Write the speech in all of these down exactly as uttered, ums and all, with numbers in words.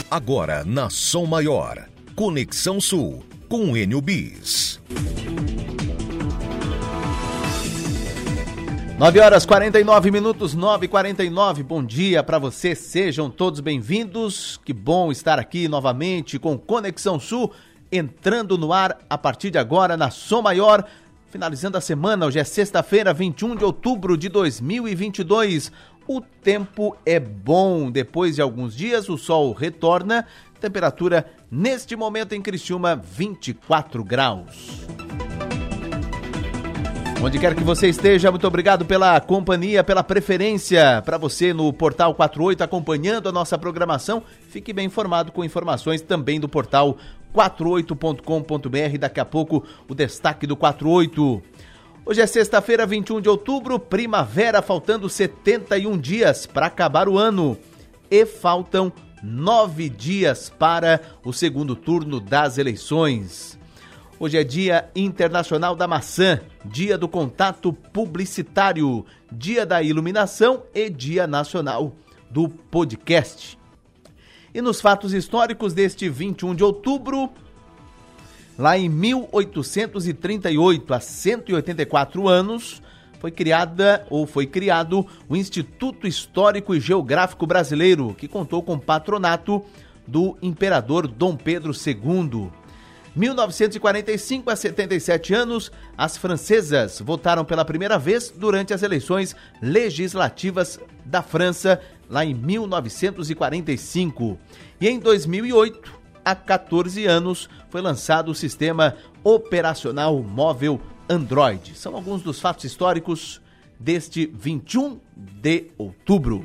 Agora na Som Maior, Conexão Sul, com Enio Bis. nove horas e quarenta e nove minutos, nove e quarenta e nove, bom dia para você, sejam todos bem-vindos, que bom estar aqui novamente com Conexão Sul, entrando no ar a partir de agora na Som Maior, finalizando a semana, hoje é sexta-feira, vinte e um de outubro de dois mil e vinte e dois, o tempo é bom, depois de alguns dias o sol retorna, temperatura neste momento em Criciúma, vinte e quatro graus. Onde quer que você esteja, muito obrigado pela companhia, pela preferência para você no Portal quarenta e oito, acompanhando a nossa programação. Fique bem informado com informações também do portal quarenta e oito ponto com ponto b r. Daqui a pouco o destaque do quarenta e oito. Hoje é sexta-feira, vinte e um de outubro, primavera, faltando setenta e um dias para acabar o ano. E faltam nove dias para o segundo turno das eleições. Hoje é Dia Internacional da Maçã, Dia do Contato Publicitário, Dia da Iluminação e Dia Nacional do Podcast. E nos fatos históricos deste vinte e um de outubro, lá em mil oitocentos e trinta e oito, há cento e oitenta e quatro anos, foi criada ou foi criado o Instituto Histórico e Geográfico Brasileiro, que contou com o patronato do imperador Dom Pedro segundo. mil novecentos e quarenta e cinco, a setenta e sete anos, as francesas votaram pela primeira vez durante as eleições legislativas da França, lá em mil novecentos e quarenta e cinco. E em dois mil e oito, há quatorze anos, foi lançado o Sistema Operacional Móvel Android. São alguns dos fatos históricos deste vinte e um de outubro.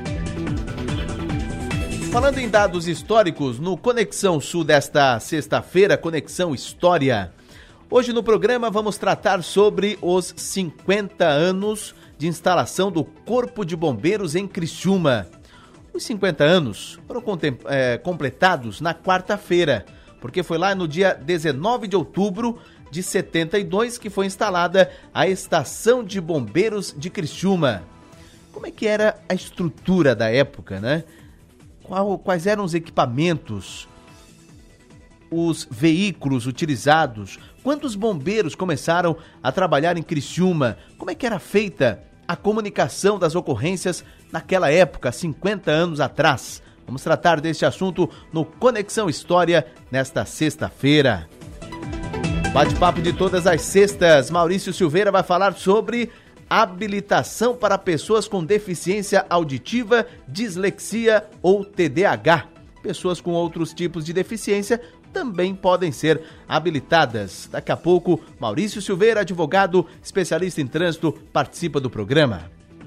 Falando em dados históricos, no Conexão Sul desta sexta-feira, Conexão História. Hoje no programa vamos tratar sobre os cinquenta anos de instalação do Corpo de Bombeiros em Criciúma. Os cinquenta anos foram contem- é, completados na quarta-feira, porque foi lá no dia dezenove de outubro de setenta e dois que foi instalada a Estação de Bombeiros de Criciúma. Como é que era a estrutura da época, né? Qual, quais eram os equipamentos, os veículos utilizados, quantos bombeiros começaram a trabalhar em Criciúma, como é que era feita a comunicação das ocorrências naquela época, cinquenta anos atrás. Vamos tratar deste assunto no Conexão História nesta sexta-feira. Bate-papo de todas as sextas, Maurício Silveira vai falar sobre habilitação para pessoas com deficiência auditiva, dislexia ou T D A H. Pessoas com outros tipos de deficiência também podem ser habilitadas. Daqui a pouco, Maurício Silveira, advogado, especialista em trânsito, participa do programa.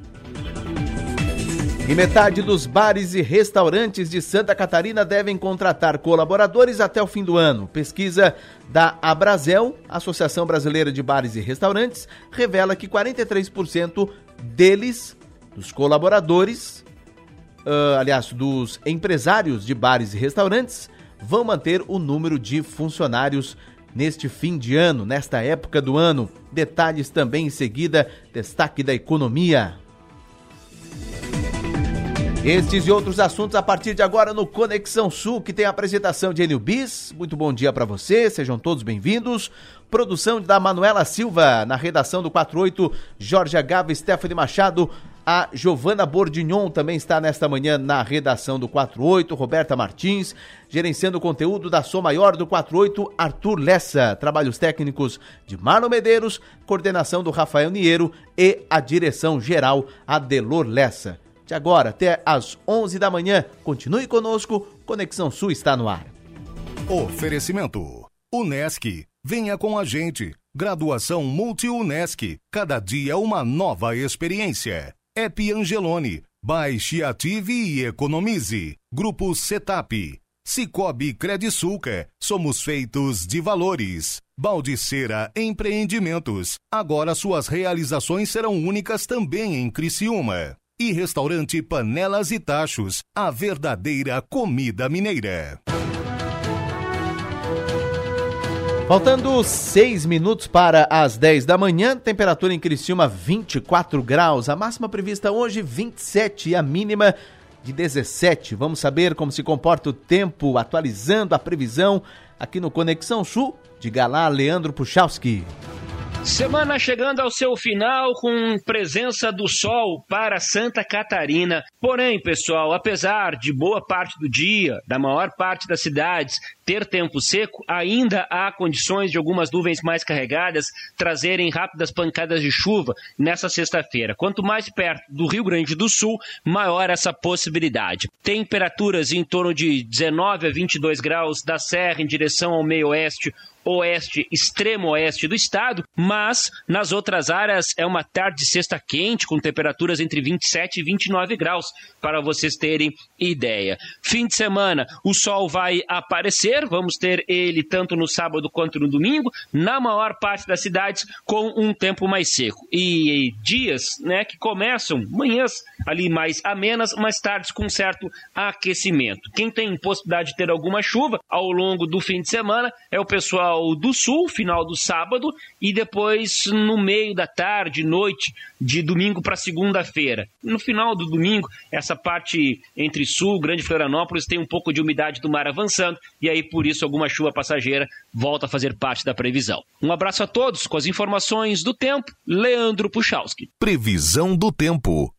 E metade dos bares e restaurantes de Santa Catarina devem contratar colaboradores até o fim do ano. Pesquisa da Abrazel, Associação Brasileira de Bares e Restaurantes, revela que quarenta e três por cento deles, dos colaboradores, uh, aliás, dos empresários de bares e restaurantes, vão manter o número de funcionários neste fim de ano, nesta época do ano. Detalhes também em seguida, destaque da economia. Estes e outros assuntos a partir de agora no Conexão Sul, que tem a apresentação de Enio Bis. Muito bom dia para você, sejam todos bem-vindos. Produção da Manuela Silva, na redação do quarenta e oito, Jorge Agava, Stephanie Machado, a Giovana Bordignon também está nesta manhã na redação do quarenta e oito, Roberta Martins, gerenciando o conteúdo da Som Maior do quarenta e oito, Arthur Lessa, trabalhos técnicos de Marlon Medeiros, coordenação do Rafael Niero e a direção geral Adelor Lessa. De agora até às onze da manhã, continue conosco, Conexão Sul está no ar. Oferecimento Unesc, venha com a gente. Graduação Multi-Unesc, cada dia uma nova experiência. App Angelone, baixe, ative e economize. Grupo Setap, Cicobi Credisulca, somos feitos de valores. Baldiceira Empreendimentos, agora suas realizações serão únicas também em Criciúma. E Restaurante Panelas e Tachos, a verdadeira comida mineira. Faltando seis minutos para as dez da manhã, temperatura em Criciúma vinte e quatro graus, a máxima prevista hoje vinte e sete e a mínima de dezessete. Vamos saber como se comporta o tempo, atualizando a previsão aqui no Conexão Sul. Diga lá, Leandro Puchalski. Semana chegando ao seu final com presença do sol para Santa Catarina. Porém, pessoal, apesar de boa parte do dia, da maior parte das cidades, ter tempo seco, ainda há condições de algumas nuvens mais carregadas trazerem rápidas pancadas de chuva nessa sexta-feira. Quanto mais perto do Rio Grande do Sul, maior essa possibilidade. Temperaturas em torno de dezenove a vinte e dois graus da Serra em direção ao meio-oeste, oeste, extremo oeste do estado, mas nas outras áreas é uma tarde de sexta quente, com temperaturas entre vinte e sete e vinte e nove graus, para vocês terem ideia. Fim de semana, o sol vai aparecer, vamos ter ele tanto no sábado quanto no domingo, na maior parte das cidades, com um tempo mais seco. E dias, né, que começam, manhãs ali mais amenas, mais tardes com certo aquecimento. Quem tem possibilidade de ter alguma chuva ao longo do fim de semana é o pessoal do sul, final do sábado, e depois no meio da tarde, noite, de domingo para segunda-feira. No final do domingo, essa parte entre sul, Grande Florianópolis, tem um pouco de umidade do mar avançando, e aí por isso alguma chuva passageira volta a fazer parte da previsão. Um abraço a todos, com as informações do tempo, Leandro Puchalski. Previsão do tempo.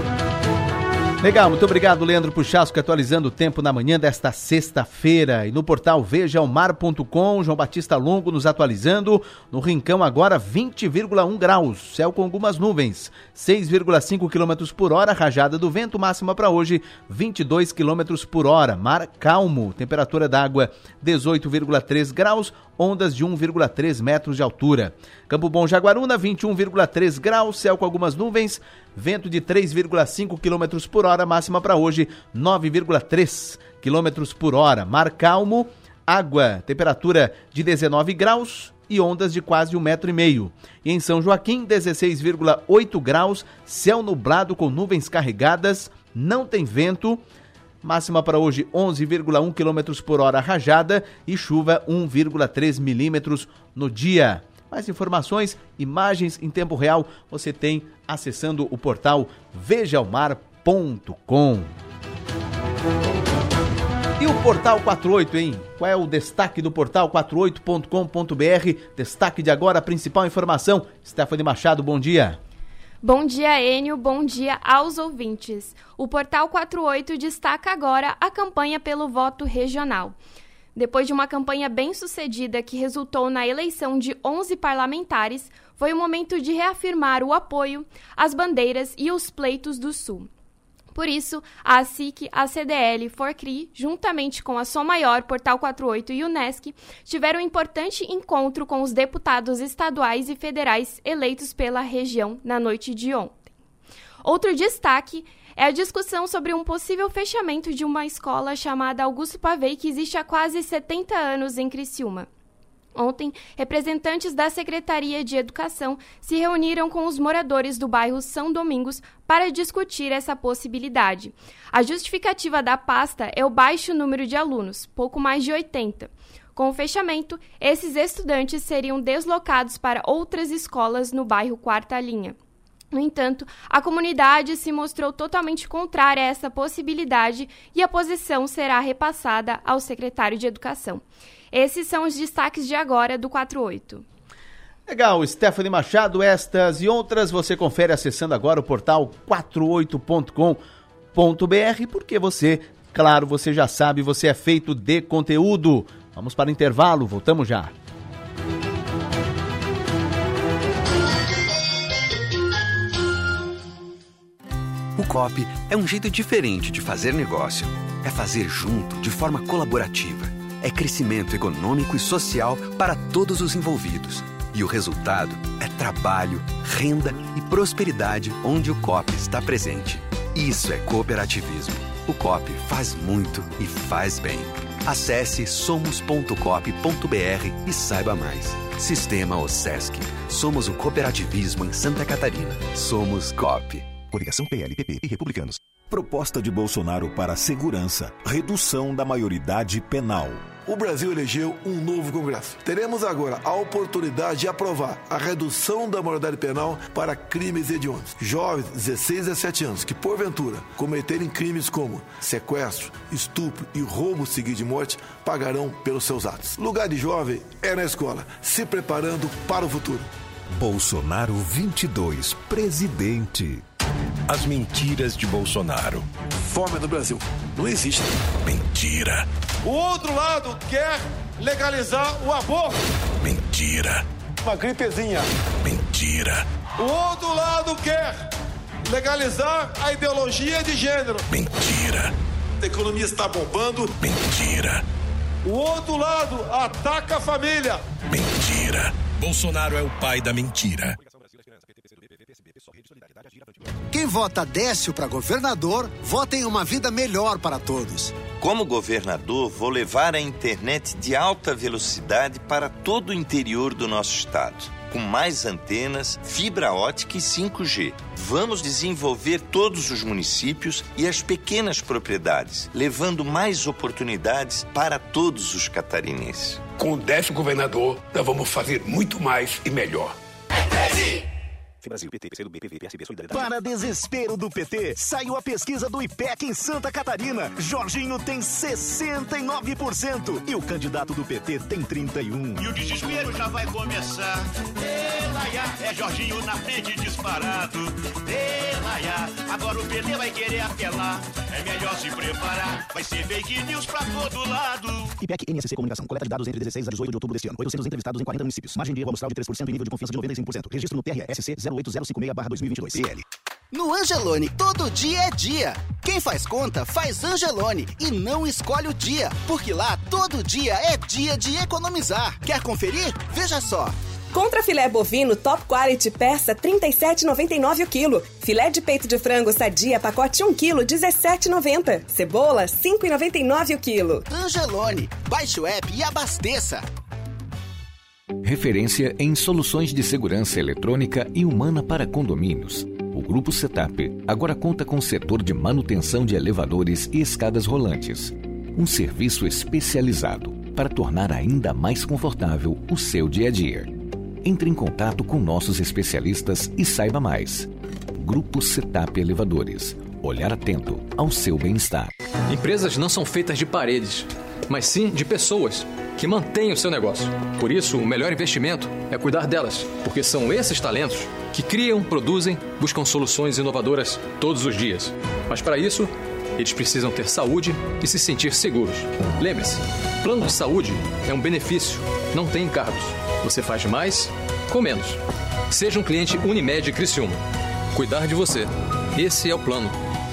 Legal, muito obrigado, Leandro Puchalski, atualizando o tempo na manhã desta sexta-feira. E no portal veja o mar ponto com, João Batista Longo nos atualizando. No Rincão agora vinte vírgula um graus, céu com algumas nuvens, seis vírgula cinco quilômetros por hora, rajada do vento, máxima para hoje vinte e dois quilômetros por hora, mar calmo, temperatura da água dezoito vírgula três graus, ondas de um vírgula três metros de altura. Campo Bom Jaguaruna, vinte e um vírgula três graus, céu com algumas nuvens, vento de três vírgula cinco quilômetros por hora, máxima para hoje nove vírgula três quilômetros por hora. Mar calmo, água, temperatura de dezenove graus e ondas de quase um metro e meio. E em São Joaquim, dezesseis vírgula oito graus, céu nublado com nuvens carregadas, não tem vento. Máxima para hoje onze vírgula um quilômetros por hora rajada e chuva um vírgula três milímetros no dia. Mais informações, imagens em tempo real, você tem acessando o portal veja o mar ponto com. E o Portal quarenta e oito, hein? Qual é o destaque do Portal quarenta e oito ponto com ponto b r? Destaque de agora, a principal informação. Stephanie Machado, bom dia. Bom dia, Enio. Bom dia aos ouvintes. O Portal quarenta e oito destaca agora a campanha pelo voto regional. Depois de uma campanha bem sucedida que resultou na eleição de onze parlamentares, foi o momento de reafirmar o apoio às bandeiras e os pleitos do Sul. Por isso, a S I C, a C D L, Forcri, juntamente com a Som Maior, Portal quarenta e oito e Unesc, tiveram um importante encontro com os deputados estaduais e federais eleitos pela região na noite de ontem. Outro destaque é a discussão sobre um possível fechamento de uma escola chamada Augusto Pavei, que existe há quase setenta anos em Criciúma. Ontem, representantes da Secretaria de Educação se reuniram com os moradores do bairro São Domingos para discutir essa possibilidade. A justificativa da pasta é o baixo número de alunos, pouco mais de oitenta. Com o fechamento, esses estudantes seriam deslocados para outras escolas no bairro Quarta Linha. No entanto, a comunidade se mostrou totalmente contrária a essa possibilidade e a posição será repassada ao secretário de Educação. Esses são os destaques de agora do quarenta e oito. Legal, Stephanie Machado, estas e outras você confere acessando agora o portal quarenta e oito ponto com ponto b r, porque você, claro, você já sabe, você é feito de conteúdo. Vamos para o intervalo, voltamos já. O C O P é um jeito diferente de fazer negócio. É fazer junto, de forma colaborativa. É crescimento econômico e social para todos os envolvidos. E o resultado é trabalho, renda e prosperidade onde o C O P está presente. Isso é cooperativismo. O C O P faz muito e faz bem. Acesse somos ponto coop ponto b r e saiba mais. Sistema OSESC. Somos o cooperativismo em Santa Catarina. Somos C O P. Coligação P L, P P e Republicanos. Proposta de Bolsonaro para a segurança, redução da maioridade penal. o Brasil elegeu um novo Congresso. Teremos agora a oportunidade de aprovar a redução da maioridade penal para crimes hediondos. Jovens de dezesseis a dezessete anos que, porventura, cometerem crimes como sequestro, estupro e roubo seguido de morte, pagarão pelos seus atos. Lugar de jovem é na escola, se preparando para o futuro. Bolsonaro vinte e dois, presidente. As mentiras de Bolsonaro. Fome no Brasil não existe. Mentira. O outro lado quer legalizar o aborto. Mentira. Uma gripezinha. Mentira. O outro lado quer legalizar a ideologia de gênero. Mentira. A economia está bombando. Mentira. O outro lado ataca a família. Mentira. Bolsonaro é o pai da mentira. Quem vota Décio para governador, vota em uma vida melhor para todos. Como governador, vou levar a internet de alta velocidade para todo o interior do nosso estado, com mais antenas, fibra ótica e cinco G. Vamos desenvolver todos os municípios e as pequenas propriedades, levando mais oportunidades para todos os catarinenses. Com o Décio governador, nós vamos fazer muito mais e melhor. Brasil, P T, P C do B, P V, P S B, Solidariedade. Para desespero do P T, saiu a pesquisa do I P E C em Santa Catarina. Jorginho tem sessenta e nove por cento e o candidato do P T tem trinta e um por cento. E o desespero já vai começar. Elaia, é Jorginho na frente disparado. Elaia, agora o P T vai querer apelar. É melhor se preparar, vai ser fake news pra todo lado. I P E C N S C Comunicação, coleta de dados entre dezesseis a dezoito de outubro deste ano. oitocentos entrevistados em quarenta municípios. Margem de erro amostral de três por cento e nível de confiança de noventa e cinco por cento. Registro no T R S C zero oito zero cinco seis barra dois mil e vinte e dois. C L. No Angelone, todo dia é dia. Quem faz conta, faz Angelone e não escolhe o dia, porque lá todo dia é dia de economizar. Quer conferir? Veja só. Contra filé bovino Top Quality peça trinta e sete reais e noventa e nove centavos o quilo. Filé de peito de frango Sadia pacote um quilo dezessete reais e noventa centavos. Cebola cinco reais e noventa e nove centavos o quilo. Angelone, baixe o app e abasteça. Referência em soluções de segurança eletrônica e humana para condomínios. O Grupo Setap agora conta com o setor de manutenção de elevadores e escadas rolantes. Um serviço especializado para tornar ainda mais confortável o seu dia a dia. Entre em contato com nossos especialistas e saiba mais. Grupo Setap Elevadores. Olhar atento ao seu bem-estar. Empresas não são feitas de paredes, mas sim de pessoas que mantêm o seu negócio. Por isso, o melhor investimento é cuidar delas, porque são esses talentos que criam, produzem, buscam soluções inovadoras todos os dias. Mas para isso, eles precisam ter saúde e se sentir seguros. Lembre-se, plano de saúde é um benefício, não tem encargos. Você faz mais com menos. Seja um cliente Unimed Criciúma. Cuidar de você. Esse é o plano.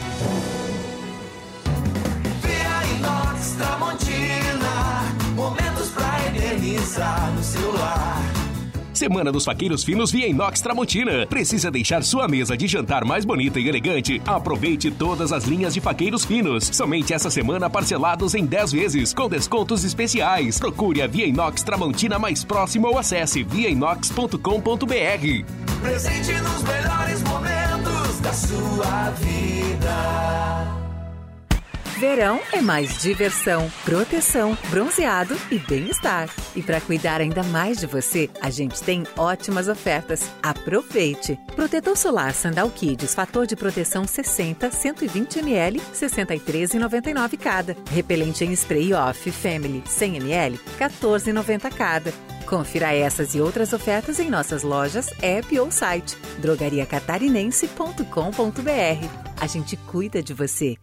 Momentos pra eternizar no celular. Semana dos Faqueiros Finos Via Inox Tramontina. Precisa deixar sua mesa de jantar mais bonita e elegante? Aproveite todas as linhas de faqueiros finos. Somente essa semana parcelados em dez vezes, com descontos especiais. Procure a Via Inox Tramontina mais próxima ou acesse via inox ponto com ponto b r. Presente nos melhores momentos da sua vida. Verão é mais diversão, proteção, bronzeado e bem-estar. E para cuidar ainda mais de você, a gente tem ótimas ofertas. Aproveite! Protetor solar Sandal Kids, fator de proteção sessenta, cento e vinte mililitros, sessenta e três reais e noventa e nove centavos cada. Repelente em spray off Family, cem mililitros, quatorze reais e noventa centavos cada. Confira essas e outras ofertas em nossas lojas, app ou site drogaria catarinense ponto com ponto b r. A gente cuida de você.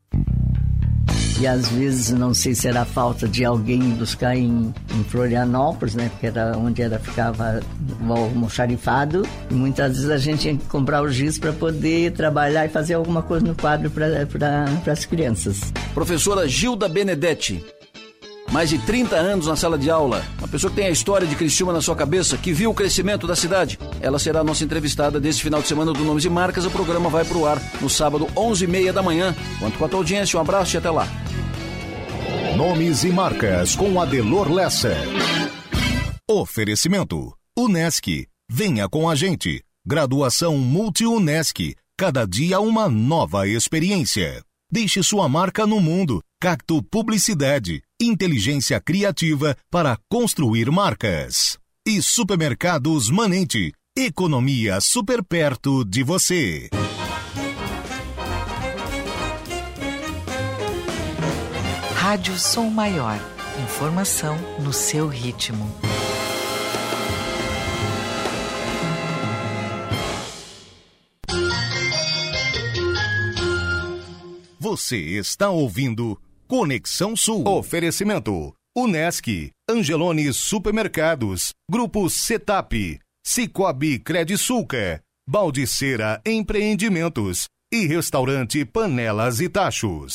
E às vezes, não sei se era falta de alguém buscar em, em Florianópolis, né? Porque era onde era, ficava o almoxarifado. E muitas vezes a gente tinha que comprar o giz para poder trabalhar e fazer alguma coisa no quadro para pra, as crianças. Professora Gilda Benedetti. Mais de trinta anos na sala de aula. Uma pessoa que tem a história de Criciúma na sua cabeça, que viu o crescimento da cidade. Ela será a nossa entrevistada desse final de semana do Nomes e Marcas. O programa vai pro ar no sábado, onze e meia da manhã. Conto com a tua audiência, um abraço e até lá. Nomes e Marcas com Adelor Lessa. Oferecimento Unesc. Venha com a gente. Graduação Multi-Unesc. Cada dia uma nova experiência. Deixe sua marca no mundo. Cacto Publicidade. inteligência criativa para construir marcas. E Supermercados Manente, economia super perto de você. Rádio Som Maior. Informação no seu ritmo. Você está ouvindo Conexão Sul. Oferecimento: Unesc, Angelone Supermercados, Grupo Setap, Cicobi Credisulca, Baldiceira Empreendimentos e Restaurante Panelas e Tachos.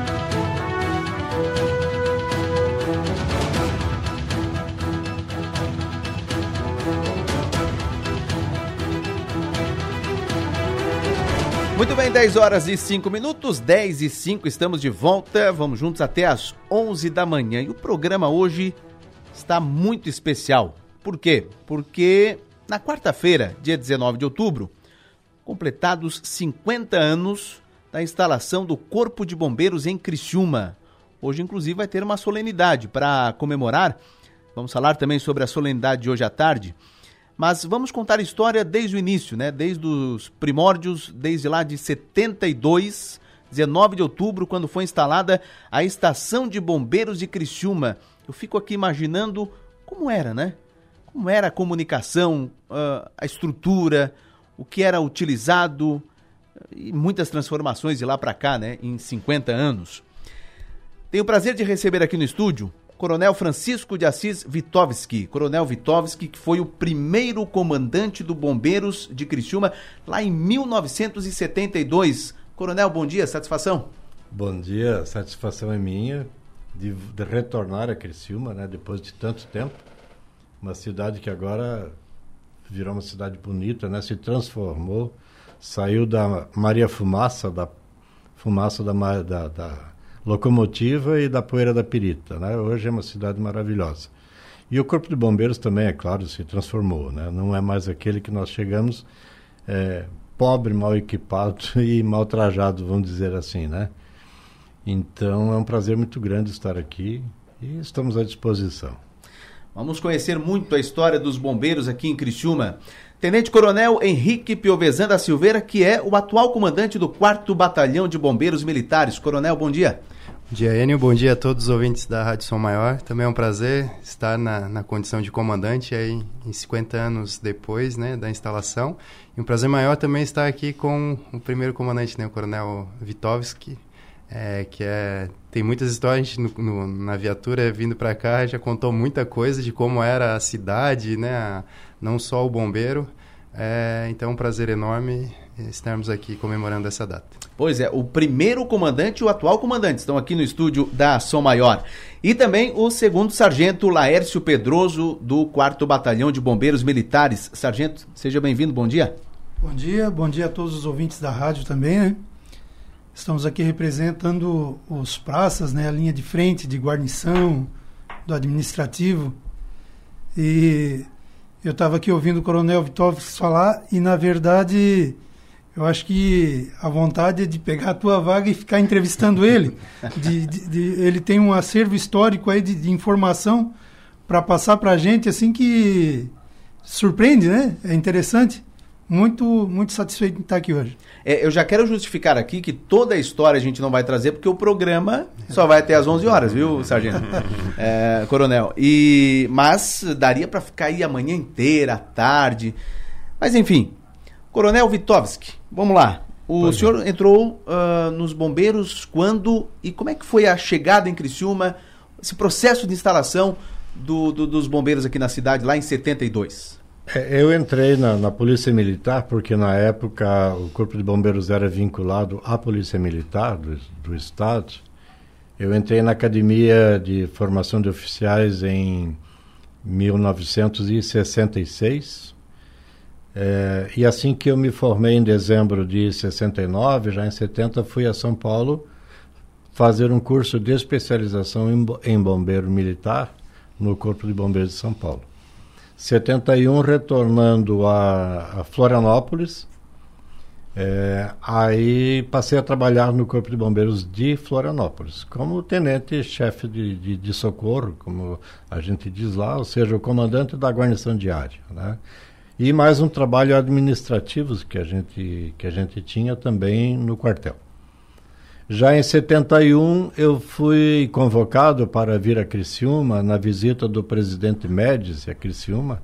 Muito bem, dez horas e cinco minutos, dez e cinco, estamos de volta, vamos juntos até às onze da manhã. E o programa hoje está muito especial. Por quê? Porque na quarta-feira, dia dezenove de outubro, completados cinquenta anos da instalação do Corpo de Bombeiros em Criciúma. Hoje, inclusive, vai ter uma solenidade para comemorar. Vamos falar também sobre a solenidade de hoje à tarde. Mas vamos contar a história desde o início, né? Desde os primórdios, desde lá de setenta e dois, dezenove de outubro, quando foi instalada a Estação de Bombeiros de Criciúma. Eu fico aqui imaginando como era, né? Como era a comunicação, a estrutura, o que era utilizado e muitas transformações de lá para cá, né? Em cinquenta anos. Tenho o prazer de receber aqui no estúdio Coronel Francisco de Assis Vitovski. Coronel Vitovski, que foi o primeiro comandante do Bombeiros de Criciúma lá em mil novecentos e setenta e dois. Coronel, bom dia, satisfação? Bom dia, a satisfação é minha de, de retornar a Criciúma, né, depois de tanto tempo. Uma cidade que agora virou uma cidade bonita, né, se transformou, saiu da Maria Fumaça, da fumaça da, da, da locomotiva e da poeira da pirita, né? Hoje é uma cidade maravilhosa. E o Corpo de Bombeiros também, é claro, se transformou, né? Não é mais aquele que nós chegamos é, pobre, mal equipado e mal trajado, vamos dizer assim, né? Então é um prazer muito grande estar aqui e estamos à disposição. Vamos conhecer muito a história dos bombeiros aqui em Criciúma. Tenente Coronel Henrique Piovesan da Silveira, que é o atual comandante do quarto Batalhão de Bombeiros Militares. Coronel, bom dia. Bom dia, Enio. Bom dia a todos os ouvintes da Rádio Som Maior. Também é um prazer estar na, na condição de comandante aí em cinquenta anos depois, né, da instalação. E um prazer maior também estar aqui com o primeiro comandante, né, o Coronel Vitovski, é, que é, tem muitas histórias no, no, na viatura vindo para cá, já contou muita coisa de como era a cidade, né, a, não só o bombeiro. É, então é um prazer enorme estarmos aqui comemorando essa data. Pois é, o primeiro comandante e o atual comandante estão aqui no estúdio da Som Maior. E também o segundo sargento Laércio Pedroso, do quarto Batalhão de Bombeiros Militares. Sargento, seja bem-vindo, bom dia. Bom dia, bom dia a todos os ouvintes da rádio também, né? Estamos aqui representando os praças, né? A linha de frente de guarnição, do administrativo. E eu estava aqui ouvindo o Coronel Vitovski falar e, na verdade, eu acho que a vontade é de pegar a tua vaga e ficar entrevistando ele. De, de, de, ele tem um acervo histórico aí de, de informação para passar para a gente, assim, que surpreende, né? É interessante. Muito, muito satisfeito de estar aqui hoje. É, eu já quero justificar aqui que toda a história a gente não vai trazer, porque o programa só vai até às onze horas, viu, sargento? É, coronel. E, mas daria para ficar aí a manhã inteira, à tarde. Mas, enfim. Coronel Vitovski, vamos lá. O pois senhor é. entrou uh, nos bombeiros quando e como é que foi a chegada em Criciúma, esse processo de instalação do, do, dos bombeiros aqui na cidade, lá em setenta e dois? É, eu entrei na, na Polícia Militar porque na época o Corpo de Bombeiros era vinculado à Polícia Militar do, do Estado. Eu entrei na Academia de Formação de Oficiais em mil novecentos e sessenta e seis. É, e assim que eu me formei em dezembro de sessenta e nove, já em setenta, fui a São Paulo fazer um curso de especialização em, em bombeiro militar no Corpo de Bombeiros de São Paulo. setenta e um, retornando a, a Florianópolis, É, aí passei a trabalhar no Corpo de Bombeiros de Florianópolis, como tenente-chefe de, de, de socorro, como a gente diz lá, ou seja, o comandante da guarnição diária, né? E mais um trabalho administrativo que a gente, que a gente tinha também no quartel. Já em setenta e um, eu fui convocado para vir a Criciúma na visita do presidente Médici a Criciúma,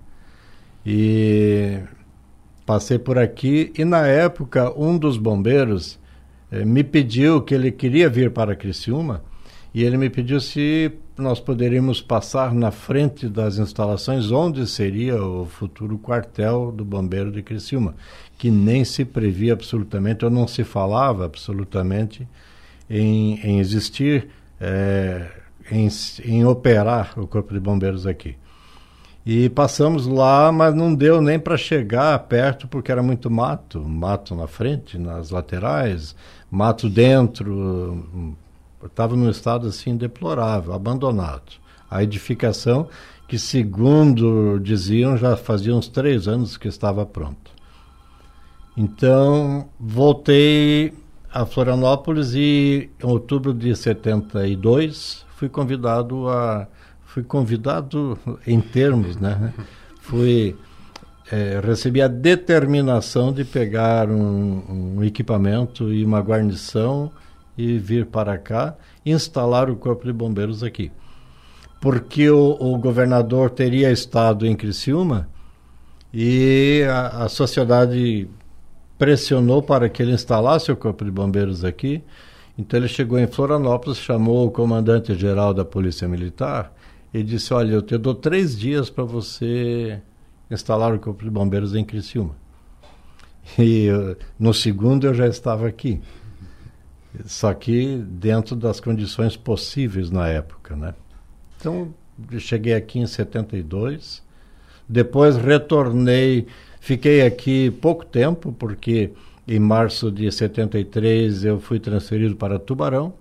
e passei por aqui, e na época um dos bombeiros eh, me pediu que ele queria vir para Criciúma, e ele me pediu se nós poderíamos passar na frente das instalações onde seria o futuro quartel do bombeiro de Criciúma, que nem se previa absolutamente, ou não se falava absolutamente em, em existir, eh, em, em operar o Corpo de Bombeiros aqui. E passamos lá, mas não deu nem para chegar perto, porque era muito mato, mato na frente, nas laterais, mato dentro, estava num estado assim deplorável, abandonado. A edificação, que segundo diziam, já fazia uns três anos que estava pronta. Então, voltei a Florianópolis e em outubro de setenta e dois fui convidado a... Fui convidado em termos, né? Fui, é, recebi a determinação de pegar um, um equipamento e uma guarnição e vir para cá e instalar o Corpo de Bombeiros aqui. Porque o, o governador teria estado em Criciúma e a, a sociedade pressionou para que ele instalasse o Corpo de Bombeiros aqui. Então ele chegou em Florianópolis, chamou o comandante-geral da Polícia Militar e disse, olha, eu te dou três dias para você instalar o Corpo de Bombeiros em Criciúma. E uh, no segundo eu já estava aqui. Só que dentro das condições possíveis na época, né? Então, eu cheguei aqui em setenta e dois, depois retornei, fiquei aqui pouco tempo, porque em março de setenta e três eu fui transferido para Tubarão,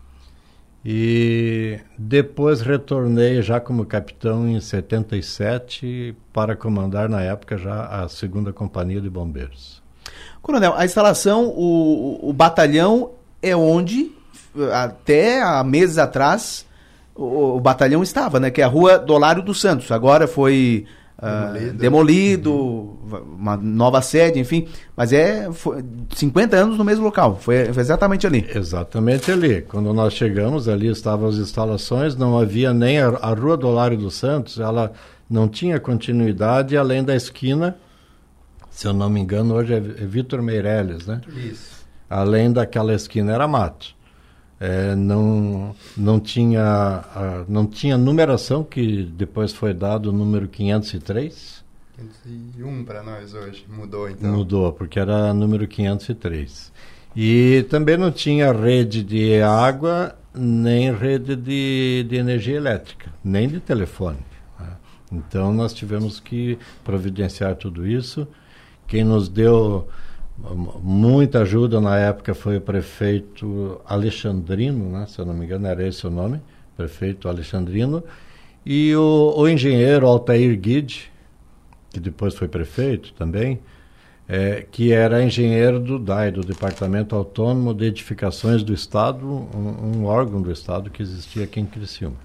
e depois retornei já como capitão em setenta e sete para comandar na época já a segunda Companhia de Bombeiros. Coronel, a instalação, o, o batalhão é onde até há meses atrás o, o batalhão estava, né? Que é a Rua Dolário dos Santos. Agora foi demolido, uh, demolido uhum. uma nova sede, enfim, mas é foi cinquenta anos no mesmo local, foi, foi exatamente ali. Exatamente ali. Quando nós chegamos, ali estavam as instalações, não havia nem a, a Rua Dolário dos Santos, ela não tinha continuidade além da esquina, se eu não me engano, hoje é, é Vitor Meirelles, né? Isso. Além daquela esquina era mato. É, não, não, tinha, uh, não tinha numeração, que depois foi dado o número quinhentos e três. quinhentos e um para nós hoje, mudou então. Mudou, porque era número quinhentos e três. E também não tinha rede de água, nem rede de, de energia elétrica, nem de telefone. Né? Então nós tivemos que providenciar tudo isso. Quem nos deu muita ajuda na época foi o prefeito Alexandrino, né? Se eu não me engano era esse o nome, prefeito Alexandrino, e o, o engenheiro Altair Guide, que depois foi prefeito também, é, que era engenheiro do D A I, do Departamento Autônomo de Edificações do Estado, um, um órgão do Estado que existia aqui em Criciúma.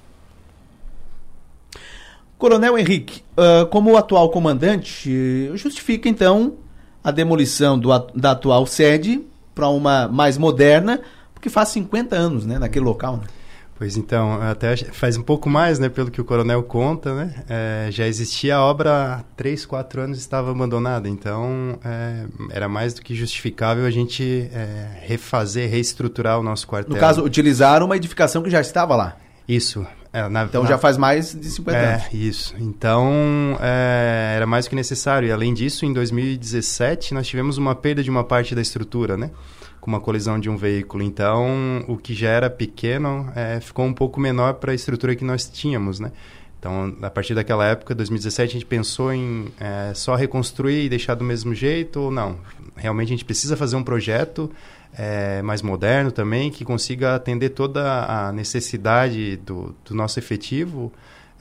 Coronel Henrique, uh, como atual comandante, justifica então a demolição do, da atual sede para uma mais moderna, porque faz cinquenta anos, né, naquele local, né? Pois então, até faz um pouco mais, né, pelo que o coronel conta, né, é, já existia a obra há três, quatro anos, estava abandonada, então é, era mais do que justificável a gente é, refazer, reestruturar o nosso quartel. No caso, utilizaram uma edificação que já estava lá. Isso. É, na, então na... já faz mais de cinquenta é, anos. Isso. Então é, era mais do que necessário. E além disso, em dois mil e dezessete, nós tivemos uma perda de uma parte da estrutura, né? Com uma colisão de um veículo. Então, o que já era pequeno é, ficou um pouco menor para a estrutura que nós tínhamos, né? Então, a partir daquela época, dois mil e dezessete, a gente pensou em é, só reconstruir e deixar do mesmo jeito ou não. Realmente, a gente precisa fazer um projeto É, mais moderno também, que consiga atender toda a necessidade do, do nosso efetivo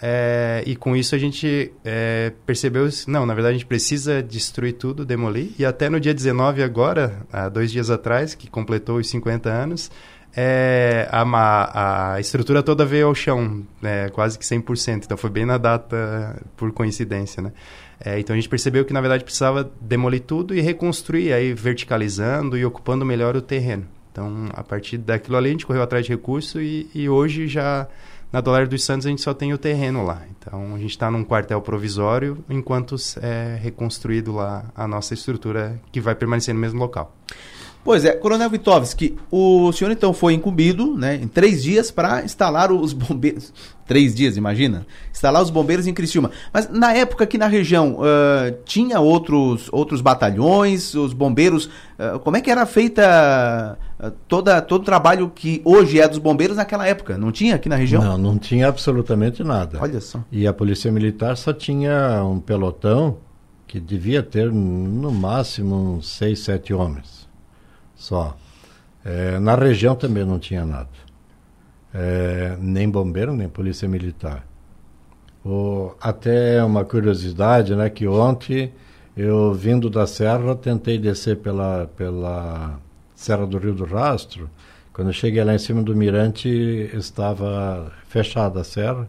É, e com isso a gente é, percebeu, não, na verdade a gente precisa destruir tudo, demolir. E até no dia dezenove agora, há dois dias atrás, que completou os cinquenta anos, é, a, a estrutura toda veio ao chão, né, quase que cem por cento. Então foi bem na data, por coincidência, né? É, então a gente percebeu que na verdade precisava demolir tudo e reconstruir, aí verticalizando e ocupando melhor o terreno. Então a partir daquilo ali a gente correu atrás de recurso e, e hoje já na Dolar dos Santos a gente só tem o terreno lá. Então a gente está num quartel provisório enquanto é reconstruído lá a nossa estrutura que vai permanecer no mesmo local. Pois é, Coronel Vitovski, o senhor então foi incumbido, né, em três dias para instalar os bombeiros. Três dias, imagina? Instalar os bombeiros em Criciúma. Mas na época aqui na região, uh, tinha outros, outros batalhões, os bombeiros, uh, como é que era feita uh, toda, todo o trabalho que hoje é dos bombeiros naquela época? Não tinha aqui na região? Não, não tinha absolutamente nada. Olha só. E a Polícia Militar só tinha um pelotão que devia ter no máximo uns seis, sete homens. Só. É, na região também não tinha nada. É, nem bombeiro, nem polícia militar. O, até uma curiosidade, né, que ontem eu, vindo da serra, tentei descer pela, pela Serra do Rio do Rastro. Quando eu cheguei lá em cima do mirante, estava fechada a serra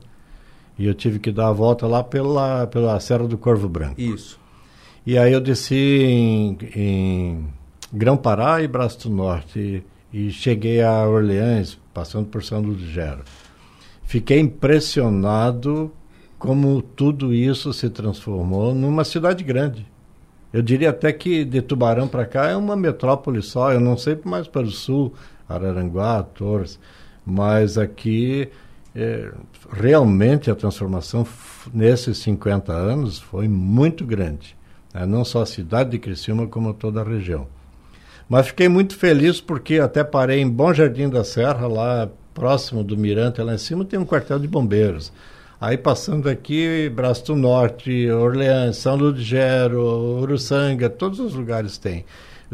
e eu tive que dar a volta lá pela, pela Serra do Corvo Branco. Isso. E aí eu desci em... em Grão-Pará e Braço do Norte e, e cheguei a Orleans, passando por São Ludgero. Fiquei impressionado como tudo isso se transformou numa cidade grande. Eu diria até que de Tubarão para cá é uma metrópole só, eu não sei mais para o sul, Araranguá, Torres, mas aqui é, realmente a transformação f- nesses cinquenta anos foi muito grande, né? Não só a cidade de Criciúma, como toda a região. Mas fiquei muito feliz porque até parei em Bom Jardim da Serra, lá próximo do Mirante, lá em cima tem um quartel de bombeiros. Aí passando aqui, Braço do Norte, Orleans, São Ludgero, Uruçanga, todos os lugares tem.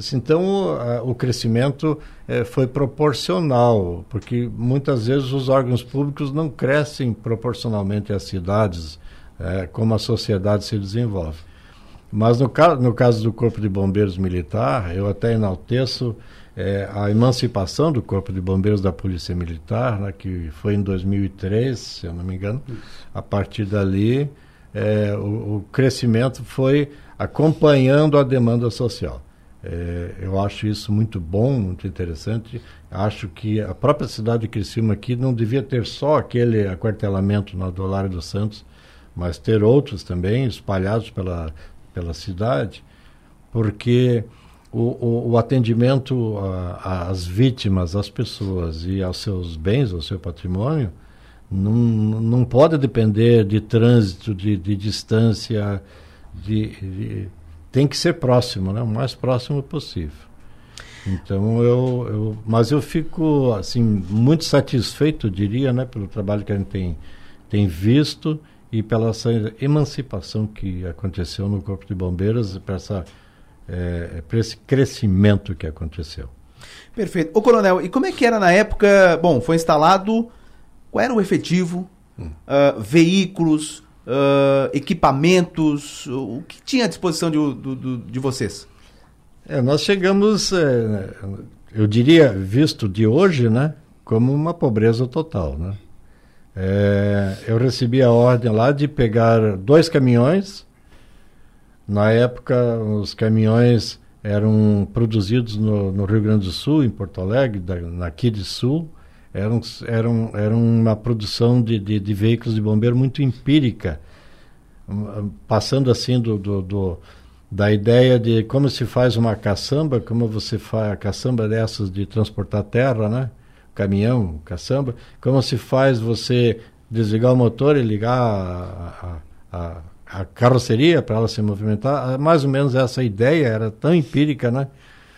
Então a, o crescimento eh, foi proporcional, porque muitas vezes os órgãos públicos não crescem proporcionalmente às cidades, eh, como a sociedade se desenvolve. Mas no, ca- no caso do Corpo de Bombeiros Militar, eu até enalteço é, a emancipação do Corpo de Bombeiros da Polícia Militar, né, que foi em dois mil e três, se eu não me engano. Isso. A partir dali, é, o, o crescimento foi acompanhando a demanda social. É, eu acho isso muito bom, muito interessante. Acho que a própria cidade de Criciúma aqui não devia ter só aquele aquartelamento na Dolar dos Santos, mas ter outros também espalhados pela... pela cidade, porque o, o, o atendimento às vítimas, às pessoas e aos seus bens, ao seu patrimônio, não, não pode depender de trânsito, de, de distância, de, de, tem que ser próximo, né? O mais próximo possível. Então, eu, eu, mas eu fico assim, muito satisfeito, diria, né, pelo trabalho que a gente tem, tem visto e pela essa emancipação que aconteceu no Corpo de Bombeiros, para essa, é, para esse crescimento que aconteceu. Perfeito. Ô, Coronel, e como é que era na época? Bom, foi instalado, qual era o efetivo? Hum. Uh, veículos, uh, equipamentos, o que tinha à disposição de, de, de vocês? É, nós chegamos, é, eu diria, visto de hoje, né, como uma pobreza total, né? É, eu recebi a ordem lá de pegar dois caminhões. Na época, os caminhões eram produzidos no, no Rio Grande do Sul, em Porto Alegre, da, na Kid Sul. Eram, eram, eram uma produção de, de, de veículos de bombeiro muito empírica, passando assim do, do, do, da ideia de como se faz uma caçamba, como você faz a caçamba dessas de transportar terra, né? Caminhão, caçamba, como se faz você desligar o motor e ligar a, a, a, a carroceria para ela se movimentar. Mais ou menos essa ideia era tão empírica, né?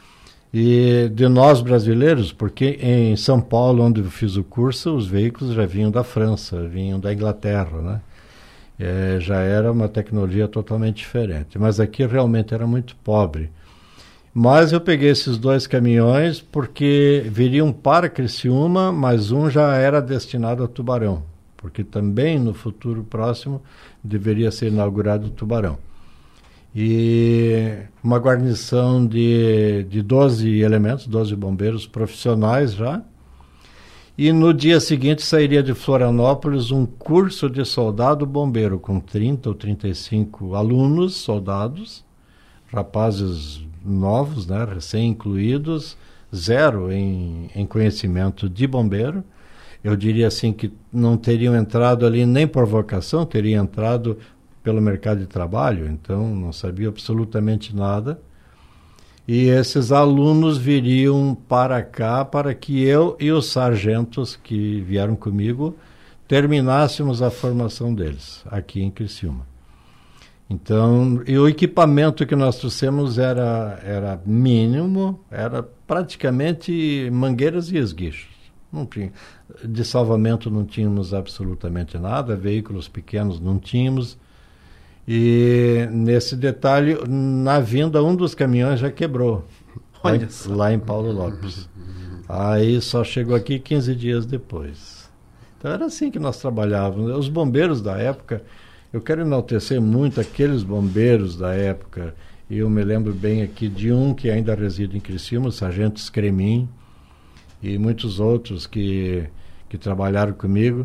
E de nós brasileiros, porque em São Paulo, onde eu fiz o curso, os veículos já vinham da França, vinham da Inglaterra, né? É, já era uma tecnologia totalmente diferente, mas aqui realmente era muito pobre. Mas eu peguei esses dois caminhões porque viriam para Criciúma, mas um já era destinado a Tubarão, porque também no futuro próximo deveria ser inaugurado o Tubarão. E uma guarnição de, de doze elementos, doze bombeiros profissionais já. E no dia seguinte sairia de Florianópolis um curso de soldado bombeiro com trinta ou trinta e cinco alunos, soldados, rapazes novos, né, recém-incluídos, zero em, em conhecimento de bombeiro. Eu diria assim que não teriam entrado ali nem por vocação, teriam entrado pelo mercado de trabalho, então não sabia absolutamente nada. E esses alunos viriam para cá para que eu e os sargentos que vieram comigo terminássemos a formação deles aqui em Criciúma. Então, e o equipamento que nós trouxemos era, era mínimo, era praticamente mangueiras e esguichos. Não tinha, de salvamento não tínhamos absolutamente nada, veículos pequenos não tínhamos. E nesse detalhe, na vinda, um dos caminhões já quebrou, lá em, lá em Paulo Lopes. Aí só chegou aqui quinze dias depois. Então era assim que nós trabalhávamos. Os bombeiros da época, eu quero enaltecer muito aqueles bombeiros da época. E eu me lembro bem aqui de um que ainda reside em Criciúma, o sargento Scremin, e muitos outros que, que trabalharam comigo.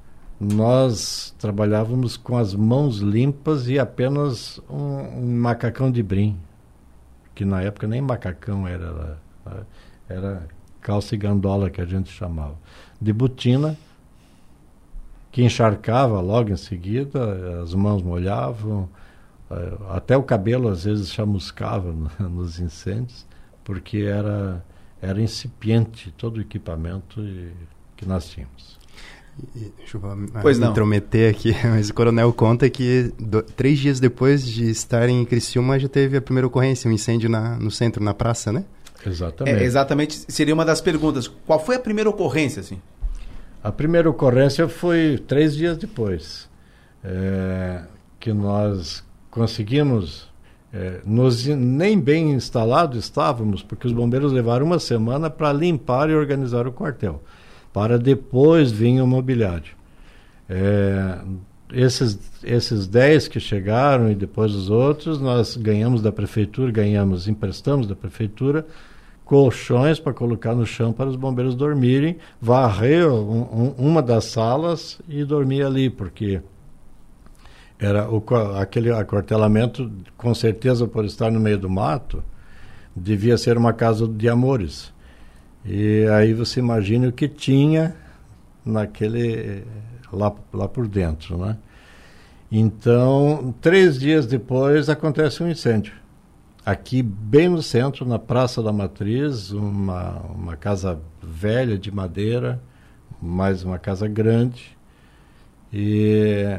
Nós trabalhávamos com as mãos limpas e apenas um, um macacão de brim, que na época nem macacão era, era calça e gandola que a gente chamava, de botina, que encharcava logo em seguida, as mãos molhavam, até o cabelo às vezes chamuscava nos incêndios, porque era, era incipiente todo o equipamento que nós tínhamos. E, deixa eu pois me não. intrometer aqui, mas o coronel conta que do, três dias depois de estar em Criciúma já teve a primeira ocorrência, um incêndio na, no centro, na praça, né? Exatamente. É, exatamente, seria uma das perguntas. Qual foi a primeira ocorrência, assim? A primeira ocorrência foi três dias depois, é, que nós conseguimos, é, nos, nem bem instalados estávamos, porque os bombeiros levaram uma semana para limpar e organizar o quartel, para depois vir o mobiliário. É, esses, esses dez que chegaram e depois os outros, nós ganhamos da prefeitura, ganhamos, emprestamos da prefeitura, colchões para colocar no chão para os bombeiros dormirem, varrer um, um, uma das salas e dormir ali, porque era o, aquele aquartelamento, com certeza por estar no meio do mato, devia ser uma casa de amores. E aí você imagina o que tinha naquele lá, lá por dentro, né? Então, três dias depois acontece um incêndio. Aqui bem no centro, na Praça da Matriz, uma, uma casa velha de madeira, mais uma casa grande. E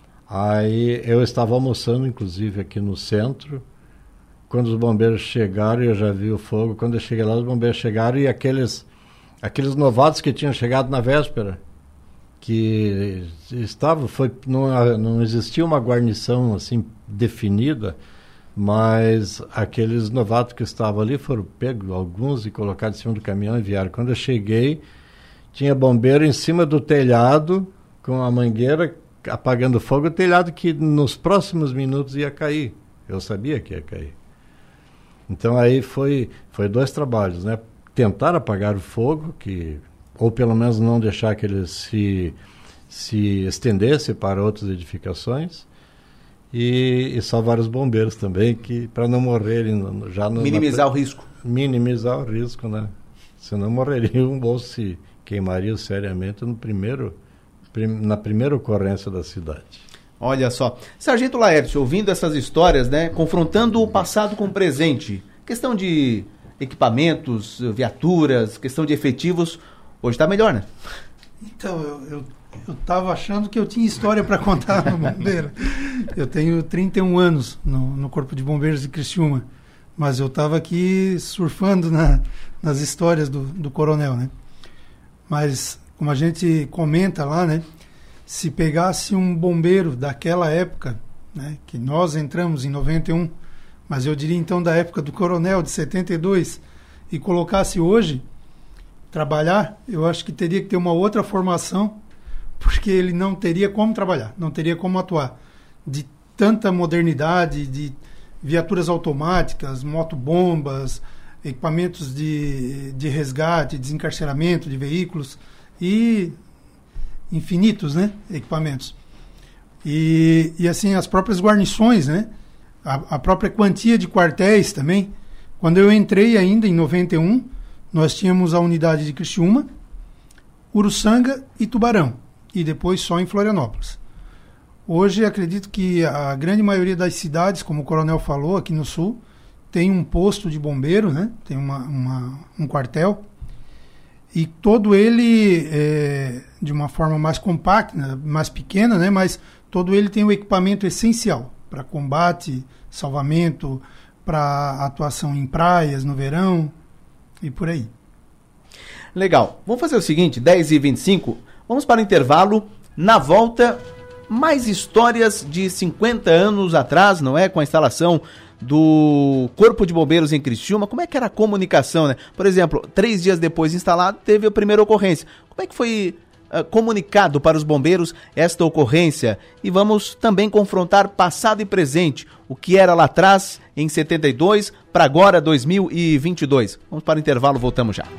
aí eu estava almoçando, inclusive, aqui no centro. Quando os bombeiros chegaram, eu já vi o fogo. Quando eu cheguei lá, os bombeiros chegaram e aqueles, aqueles novatos que tinham chegado na véspera, que estavam, foi, não, não existia uma guarnição assim definida, mas aqueles novatos que estavam ali foram pegos, alguns, e colocados em cima do caminhão e vieram. Quando eu cheguei, tinha bombeiro em cima do telhado, com a mangueira apagando fogo, o telhado que nos próximos minutos ia cair. Eu sabia que ia cair. Então aí foi, foi dois trabalhos, né? Tentar apagar o fogo, que, ou pelo menos não deixar que ele se, se estendesse para outras edificações, e, e salvar os bombeiros também, que para não morrerem já no, minimizar na, o risco. Minimizar o risco, né? Senão morreriam ou se queimariam seriamente no primeiro, prim, na primeira ocorrência da cidade. Olha só. Sargento Laércio, ouvindo essas histórias, né, confrontando o passado com o presente, questão de equipamentos, viaturas, questão de efetivos, hoje está melhor, né? Então, eu, eu, eu tava achando que eu tinha história para contar no bombeiro. Eu tenho trinta e um anos no, no Corpo de Bombeiros de Criciúma, mas eu estava aqui surfando na, nas histórias do, do coronel, né? Mas, como a gente comenta lá, né, se pegasse um bombeiro daquela época, né, que nós entramos em noventa e um, mas eu diria então da época do coronel, de setenta e dois, e colocasse hoje trabalhar, eu acho que teria que ter uma outra formação, porque ele não teria como trabalhar, não teria como atuar. De tanta modernidade, de viaturas automáticas, motobombas, equipamentos de, de resgate, desencarceramento de veículos e infinitos, né, equipamentos. E, e assim, as próprias guarnições, né, a, a própria quantia de quartéis também. Quando eu entrei ainda, em noventa e um, nós tínhamos a unidade de Criciúma, Uruçanga e Tubarão, e depois só em Florianópolis. Hoje, acredito que a grande maioria das cidades, como o coronel falou, aqui no sul, tem um posto de bombeiro, né? Tem uma, uma, um quartel, e todo ele, é, de uma forma mais compacta, mais pequena, né? Mas todo ele tem o equipamento essencial para combate, salvamento, para atuação em praias no verão e por aí. Legal. Vamos fazer o seguinte, dez e vinte e cinco, vamos para o intervalo. Na volta, mais histórias de cinquenta anos atrás, não é? Com a instalação do Corpo de Bombeiros em Criciúma. Como é que era a comunicação, né? Por exemplo, três dias depois de instalado, teve a primeira ocorrência. Como é que foi uh, comunicado para os bombeiros esta ocorrência? E vamos também confrontar passado e presente. O que era lá atrás, em setenta e dois, para agora, dois mil e vinte e dois. Vamos para o intervalo, voltamos já.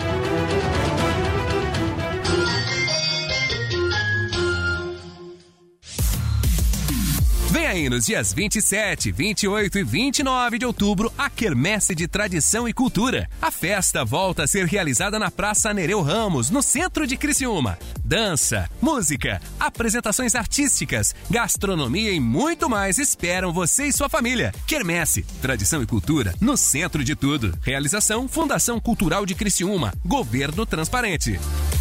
Vem aí nos dias vinte e sete, vinte e oito e vinte e nove de outubro a Quermesse de Tradição e Cultura. A festa volta a ser realizada na Praça Nereu Ramos, no centro de Criciúma. Dança, música, apresentações artísticas, gastronomia e muito mais esperam você e sua família. Quermesse, Tradição e Cultura no centro de tudo. Realização Fundação Cultural de Criciúma. Governo Transparente.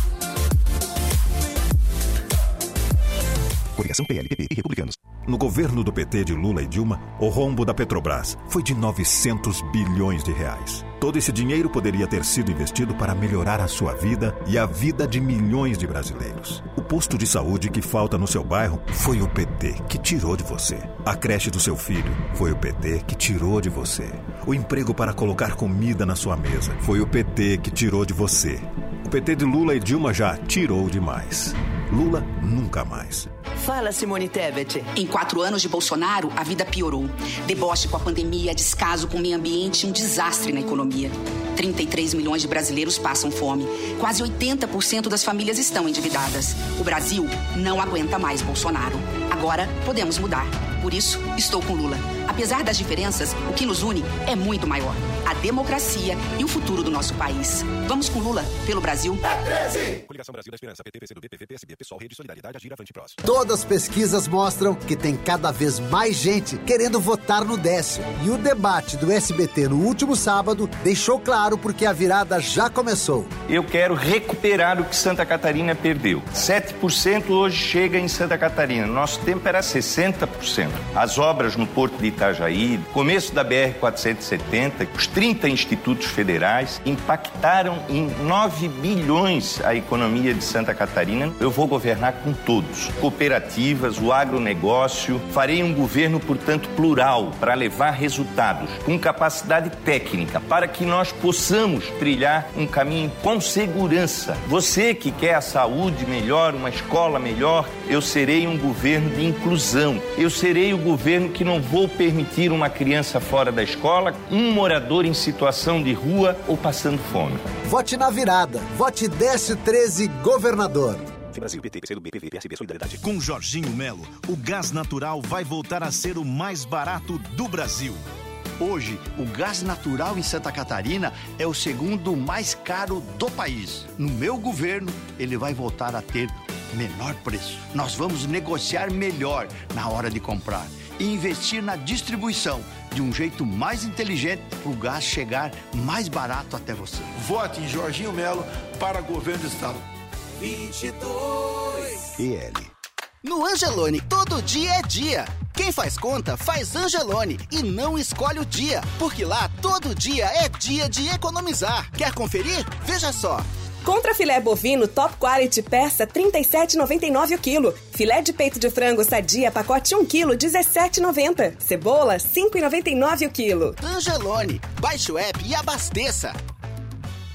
Coligação P L, P P e Republicanos. No governo do P T de Lula e Dilma, o rombo da Petrobras foi de novecentos bilhões de reais. Todo esse dinheiro poderia ter sido investido para melhorar a sua vida e a vida de milhões de brasileiros. O posto de saúde que falta no seu bairro foi o P T que tirou de você. A creche do seu filho foi o P T que tirou de você. O emprego para colocar comida na sua mesa foi o P T que tirou de você. O P T de Lula e Dilma já tirou demais. Lula nunca mais. Fala, Simone Tebet. Em quatro anos de Bolsonaro, a vida piorou. Deboche com a pandemia, descaso com o meio ambiente e um desastre na economia. trinta e três milhões de brasileiros passam fome. Quase oitenta por cento das famílias estão endividadas. O Brasil não aguenta mais Bolsonaro. Agora podemos mudar. Por isso, estou com Lula. Apesar das diferenças, o que nos une é muito maior. A democracia e o futuro do nosso país. Vamos com Lula, pelo Brasil. É treze! Coligação Brasil da Esperança, P T, P C do B, P V, P S B, Pessoal, Rede Solidariedade, Agir, Avante, Próximo. Todas as pesquisas mostram que tem cada vez mais gente querendo votar no Décio. E o debate do S B T no último sábado deixou claro porque a virada já começou. Eu quero recuperar o que Santa Catarina perdeu. sete por cento hoje chega em Santa Catarina. Nosso tempo era sessenta por cento. As obras no Porto de Itajaí, começo da B R quatrocentos e setenta, os trinta institutos federais impactaram em nove bilhões a economia de Santa Catarina. Eu vou governar com todos. Cooperativas, o agronegócio. Farei um governo, portanto, plural, para levar resultados, com capacidade técnica, para que nós possamos trilhar um caminho com segurança. Você que quer a saúde melhor, uma escola melhor, eu serei um governo de inclusão. Eu serei o governo que não vou permitir uma criança fora da escola, um morador em situação de rua ou passando fome. Vote na virada. Vote Décio treze, governador. Brasil, P T, P C do B, P V, P S B, Solidariedade. Com Jorginho Melo, o gás natural vai voltar a ser o mais barato do Brasil. Hoje, o gás natural em Santa Catarina é o segundo mais caro do país. No meu governo, ele vai voltar a ter menor preço. Nós vamos negociar melhor na hora de comprar e investir na distribuição de um jeito mais inteligente para o gás chegar mais barato até você. Vote em Jorginho Melo para governo do estado. vinte e dois. E L. No Angelone, todo dia é dia. Quem faz conta, faz Angelone e não escolhe o dia, porque lá todo dia é dia de economizar. Quer conferir? Veja só. Contra filé bovino Top Quality Persa trinta e sete reais e noventa e nove o quilo. Filé de peito de frango Sadia pacote um quilo dezessete reais e noventa centavos. Cebola cinco reais e noventa e nove o quilo. Angelone, baixe o app e abasteça.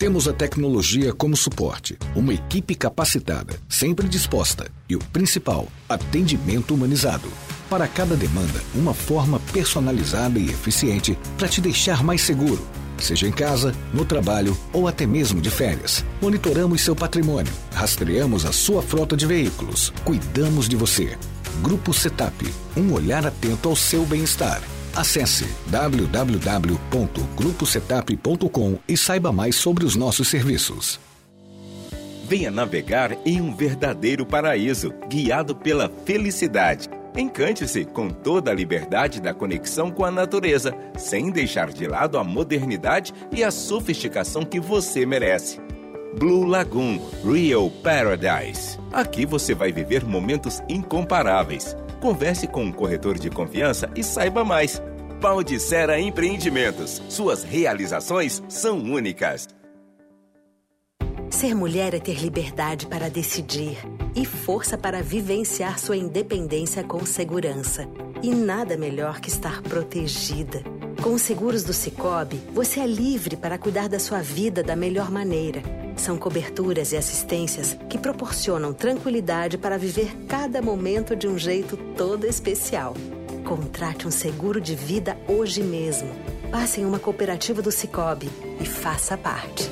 Temos a tecnologia como suporte, uma equipe capacitada, sempre disposta e o principal, atendimento humanizado. Para cada demanda, uma forma personalizada e eficiente para te deixar mais seguro. Seja em casa, no trabalho ou até mesmo de férias. Monitoramos seu patrimônio, rastreamos a sua frota de veículos, cuidamos de você. Grupo Setap, um olhar atento ao seu bem-estar. Acesse w w w ponto grupo setap ponto com e saiba mais sobre os nossos serviços. Venha navegar em um verdadeiro paraíso, guiado pela felicidade. Encante-se com toda a liberdade da conexão com a natureza, sem deixar de lado a modernidade e a sofisticação que você merece. Blue Lagoon Real Paradise. Aqui você vai viver momentos incomparáveis. Converse com um corretor de confiança e saiba mais. Baldissera Empreendimentos. Suas realizações são únicas. Ser mulher é ter liberdade para decidir e força para vivenciar sua independência com segurança. E nada melhor que estar protegida. Com os seguros do Sicoob, você é livre para cuidar da sua vida da melhor maneira. São coberturas e assistências que proporcionam tranquilidade para viver cada momento de um jeito todo especial. Contrate um seguro de vida hoje mesmo. Passe em uma cooperativa do Sicoob e faça parte.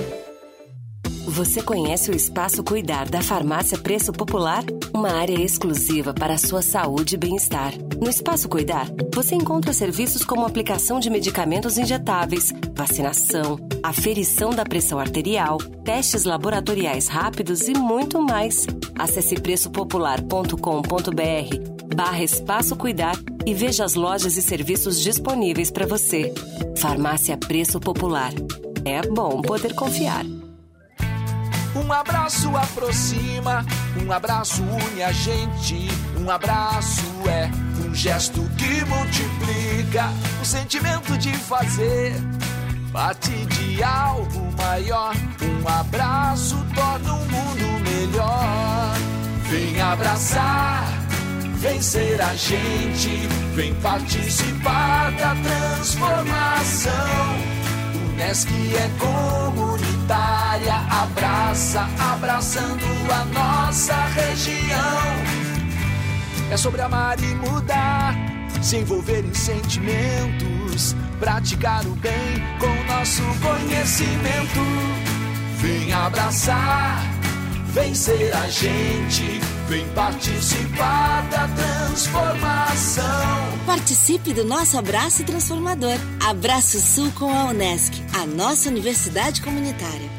Você conhece o Espaço Cuidar da Farmácia Preço Popular? Uma área exclusiva para a sua saúde e bem-estar. No Espaço Cuidar, você encontra serviços como aplicação de medicamentos injetáveis, vacinação, aferição da pressão arterial, testes laboratoriais rápidos e muito mais. Acesse preço popular ponto com ponto b r barra Espaço Cuidar e veja as lojas e serviços disponíveis para você. Farmácia Preço Popular. É bom poder confiar. Um abraço aproxima, um abraço une a gente. Um abraço é um gesto que multiplica o sentimento de fazer parte de algo maior. Um abraço torna o mundo melhor. Vem abraçar, vem ser a gente, vem participar da transformação. Unesc é comunitária, abraça, abraçando a nossa região. É sobre amar e mudar, se envolver em sentimentos, praticar o bem com nosso conhecimento. Vem abraçar, vem ser a gente, vem participar da transformação. Participe do nosso abraço transformador. Abraço Sul com a Unesc, a nossa universidade comunitária.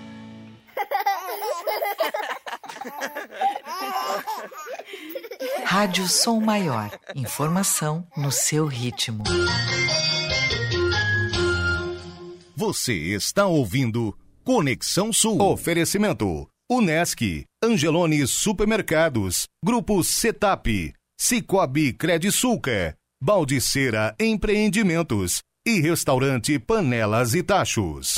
Rádio Som Maior. Informação no seu ritmo. Você está ouvindo Conexão Sul. Oferecimento Unesc, Angelone Supermercados, Grupo Setap, Sicoob Credisulca, Baldissera Empreendimentos e Restaurante Panelas e Tachos.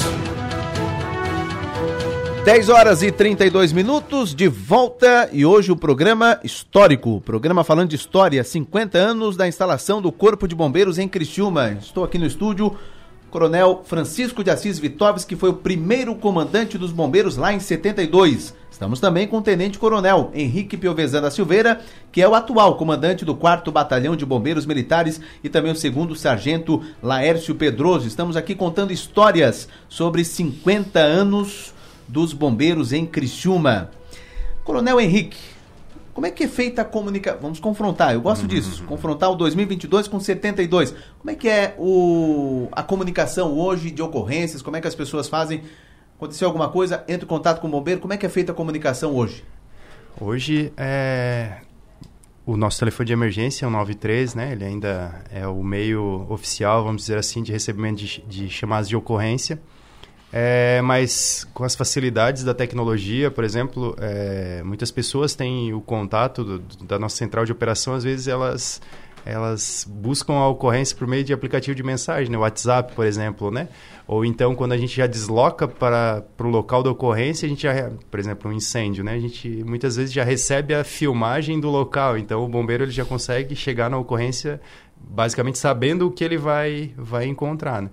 dez horas e trinta e dois minutos, de volta, e hoje o programa histórico, programa falando de história, cinquenta anos da instalação do Corpo de Bombeiros em Criciúma. Estou aqui no estúdio, Coronel Francisco de Assis Vitovski, que foi o primeiro comandante dos bombeiros lá em setenta e dois. Estamos também com o Tenente Coronel Henrique Piovesan da Silveira, que é o atual comandante do quarto Batalhão de Bombeiros Militares, e também o segundo Sargento Laércio Pedroso. Estamos aqui contando histórias sobre cinquenta anos dos bombeiros em Criciúma. Coronel Henrique, como é que é feita a comunicação? Vamos confrontar, eu gosto uhum. disso, confrontar o dois mil e vinte e dois com setenta e dois. Como é que é o, a comunicação hoje de ocorrências? Como é que as pessoas fazem? Aconteceu alguma coisa, entra em contato com o bombeiro, como é que é feita a comunicação hoje? Hoje, é... o nosso telefone de emergência é o nove três, né? Ele ainda é o meio oficial, vamos dizer assim, de recebimento de, de chamadas de ocorrência. É, mas com as facilidades da tecnologia, por exemplo, é, muitas pessoas têm o contato do, da nossa central de operação, às vezes elas, elas buscam a ocorrência por meio de aplicativo de mensagem, né? O WhatsApp, por exemplo, né? Ou então, quando a gente já desloca para, para o local da ocorrência, a gente já, por exemplo, um incêndio, né? A gente muitas vezes já recebe a filmagem do local, então o bombeiro ele já consegue chegar na ocorrência basicamente sabendo o que ele vai, vai encontrar, né?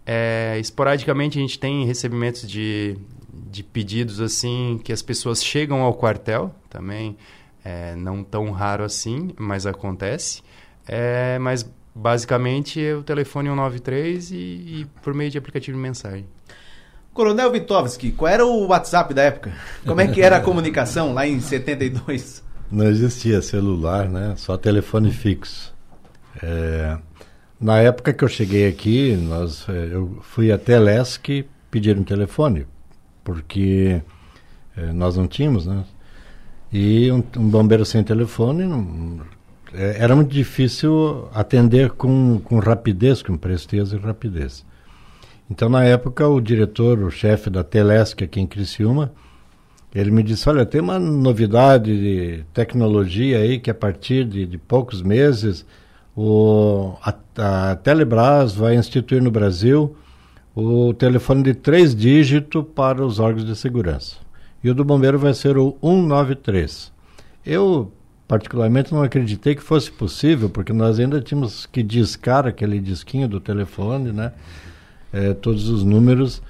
É, esporadicamente a gente tem recebimentos de, de pedidos assim que as pessoas chegam ao quartel também, é, não tão raro assim, mas acontece. É, mas basicamente é o telefone um nove três e, e por meio de aplicativo de mensagem. Coronel Vitovski, qual era o WhatsApp da época? Como é que era a comunicação lá em setenta e dois? Não existia celular, né? Só telefone fixo. É, na época que eu cheguei aqui, nós, eu fui até Lesc pedir um telefone, porque é, nós não tínhamos, né? E um, um bombeiro sem telefone, não, é, era muito difícil atender com, com rapidez, com presteza e rapidez. Então, na época, o diretor, o chefe da Telesc aqui em Criciúma, ele me disse, olha, tem uma novidade de tecnologia aí que a partir de, de poucos meses o, a, a Telebrás vai instituir no Brasil o telefone de três dígitos para os órgãos de segurança. E o do bombeiro vai ser o um nove três. Eu, particularmente, não acreditei que fosse possível, porque nós ainda tínhamos que discar aquele disquinho do telefone, né? É, todos os números,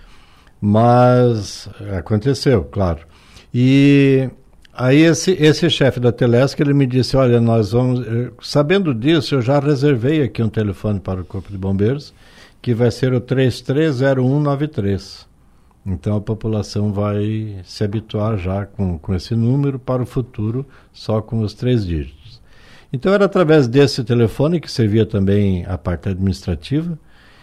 mas aconteceu, claro. E aí esse, esse chefe da Telesc, ele me disse, olha, nós vamos... Sabendo disso, eu já reservei aqui um telefone para o Corpo de Bombeiros, que vai ser o três três zero um nove três. Então a população vai se habituar já com, com esse número para o futuro, só com os três dígitos. Então era através desse telefone, que servia também a parte administrativa,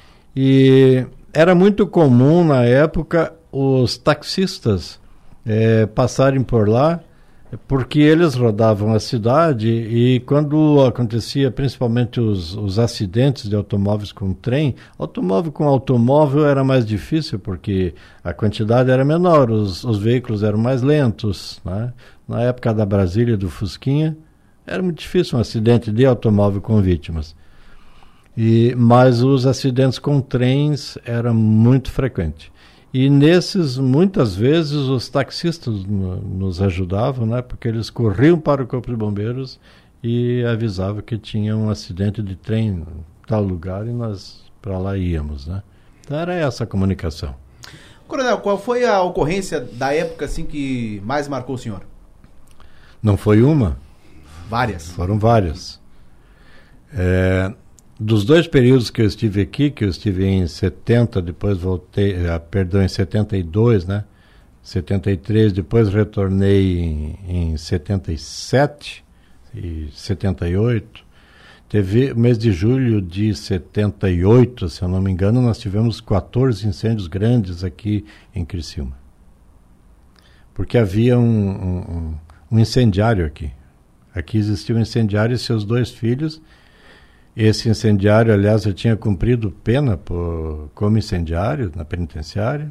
e era muito comum na época os taxistas é, passarem por lá, porque eles rodavam a cidade e quando acontecia principalmente os, os acidentes de automóveis com trem, automóvel com automóvel era mais difícil porque a quantidade era menor, os, os veículos eram mais lentos, né? Na época da Brasília e do Fusquinha, era muito difícil um acidente de automóvel com vítimas. E, mas os acidentes com trens eram muito frequentes. E nesses, muitas vezes, os taxistas no, nos ajudavam, né? Porque eles corriam para o Corpo de Bombeiros e avisavam que tinha um acidente de trem em tal lugar e nós para lá íamos, né? Então era essa a comunicação. Coronel, qual foi a ocorrência da época assim, que mais marcou o senhor? Não foi uma? Várias. Foram várias. É... Dos dois períodos que eu estive aqui, que eu estive em setenta, depois voltei, ah, perdão, em setenta e dois, né? setenta e três, depois retornei em, em setenta e sete e setenta e oito. Teve o mês de julho de setenta e oito, se eu não me engano, nós tivemos quatorze incêndios grandes aqui em Criciúma. Porque havia um, um, um incendiário aqui. Aqui existia um incendiário e seus dois filhos. Esse incendiário, aliás, eu tinha cumprido pena por, como incendiário na penitenciária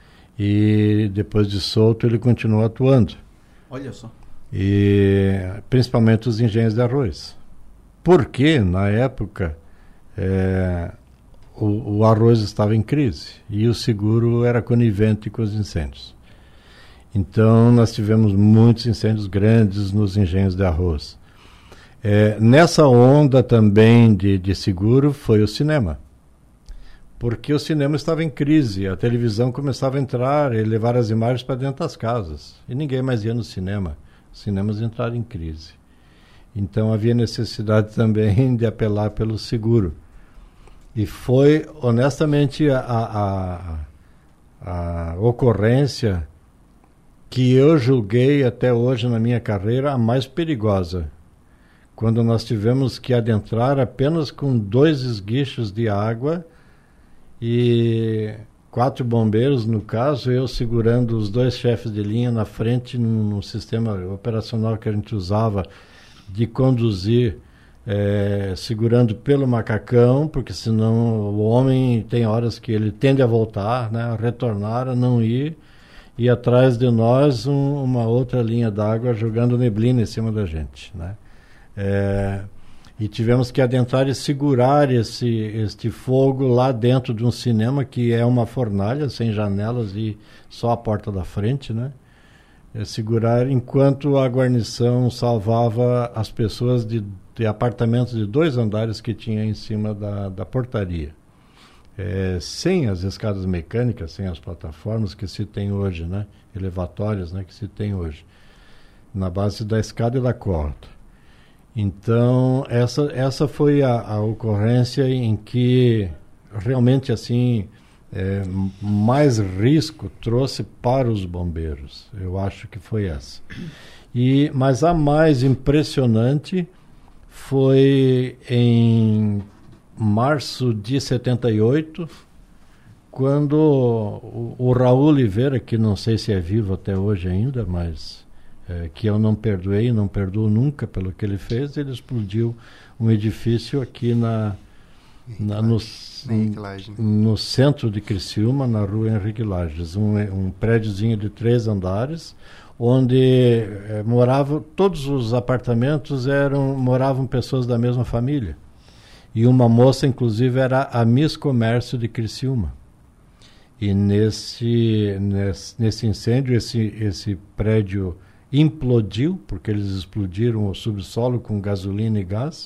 e depois de solto ele continuou atuando. Olha só. E principalmente os engenhos de arroz. Porque, na época, é, o, o arroz estava em crise e o seguro era conivente com os incêndios. Então, nós tivemos muitos incêndios grandes nos engenhos de arroz. É, nessa onda também de, de seguro foi o cinema, porque o cinema estava em crise, a televisão começava a entrar e levar as imagens para dentro das casas, e ninguém mais ia no cinema, os cinemas entraram em crise. Então havia necessidade também de apelar pelo seguro. E foi, honestamente, a, a, a, a ocorrência que eu julguei até hoje na minha carreira a mais perigosa. Quando nós tivemos que adentrar apenas com dois esguichos de água e quatro bombeiros, no caso, eu segurando os dois chefes de linha na frente num, num sistema operacional que a gente usava de conduzir, é, segurando pelo macacão, porque senão o homem tem horas que ele tende a voltar, né, a retornar, a não ir, e atrás de nós um, uma outra linha d'água jogando neblina em cima da gente, né? É, e tivemos que adentrar e segurar esse, este fogo lá dentro de um cinema que é uma fornalha sem janelas e só a porta da frente, né? É, segurar enquanto a guarnição salvava as pessoas de, de apartamentos de dois andares que tinha em cima da, da portaria. é, sem as escadas mecânicas, sem as plataformas que se tem hoje, né? Elevatórias, né? Que se tem hoje, na base da escada e da corda. Então, essa, essa foi a, a ocorrência em que realmente, assim, é, mais risco trouxe para os bombeiros. Eu acho que foi essa. E, mas a mais impressionante foi em março de setenta e oito, quando o, o Raul Oliveira, que não sei se é vivo até hoje ainda, mas... É, que eu não perdoei, não perdoo nunca pelo que ele fez, ele explodiu um edifício aqui na, na no, no centro de Criciúma, na rua Henrique Lages, um, um prédiozinho de três andares, onde é, moravam, todos os apartamentos eram, moravam pessoas da mesma família, e uma moça inclusive era a Miss Comércio de Criciúma. E nesse, nesse, nesse incêndio, esse, esse prédio implodiu, porque eles explodiram o subsolo com gasolina e gás,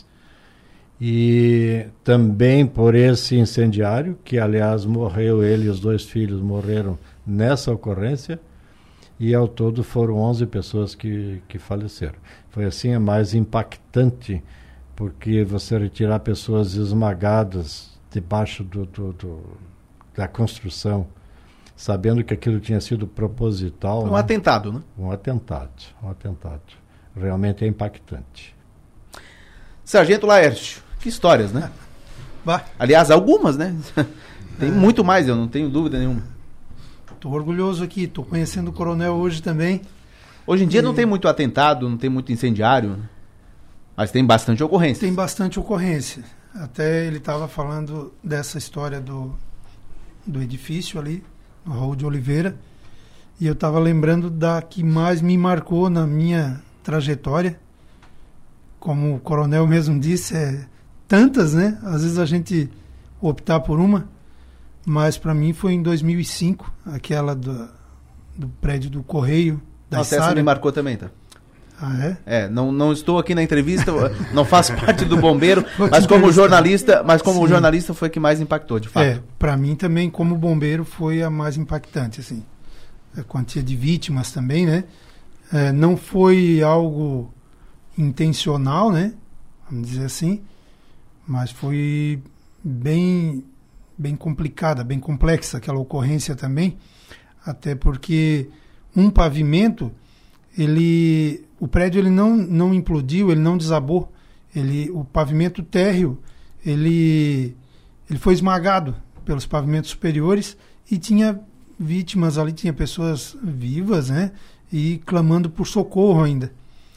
e também por esse incendiário, que aliás morreu, ele e os dois filhos morreram nessa ocorrência, e ao todo foram onze pessoas que, que faleceram. Foi assim a mais impactante, porque você retirar pessoas esmagadas debaixo do, do, do, da construção, sabendo que aquilo tinha sido proposital. Um né? atentado, né? Um atentado, um atentado. Realmente é impactante. Sargento Laércio, que histórias, né? Bah. Aliás, algumas, né? Tem é. muito mais, eu não tenho dúvida nenhuma. Estou orgulhoso aqui, estou conhecendo o coronel hoje também. Hoje em dia e... não tem muito atentado, não tem muito incendiário, mas tem bastante ocorrência. Tem bastante ocorrência. Até ele estava falando dessa história do, do edifício ali, no Raul de Oliveira, e eu estava lembrando da que mais me marcou na minha trajetória. Como o coronel mesmo disse, é tantas, né? Às vezes a gente optar por uma, mas para mim foi em dois mil e cinco, aquela do, do prédio do Correio da Nossa, essa me marcou também, tá? Ah, é? É, não, não estou aqui na entrevista, não faço parte do bombeiro, mas como jornalista, mas como Sim. jornalista foi a que mais impactou, de fato. É, para mim também, como bombeiro, foi a mais impactante, assim. A quantia de vítimas também, né? É, não foi algo intencional, né? Vamos dizer assim, mas foi bem, bem complicada, bem complexa aquela ocorrência também, até porque um pavimento, ele... O prédio ele não, não implodiu, ele não desabou. Ele, o pavimento térreo ele, ele foi esmagado pelos pavimentos superiores e tinha vítimas ali, tinha pessoas vivas, né? E clamando por socorro ainda.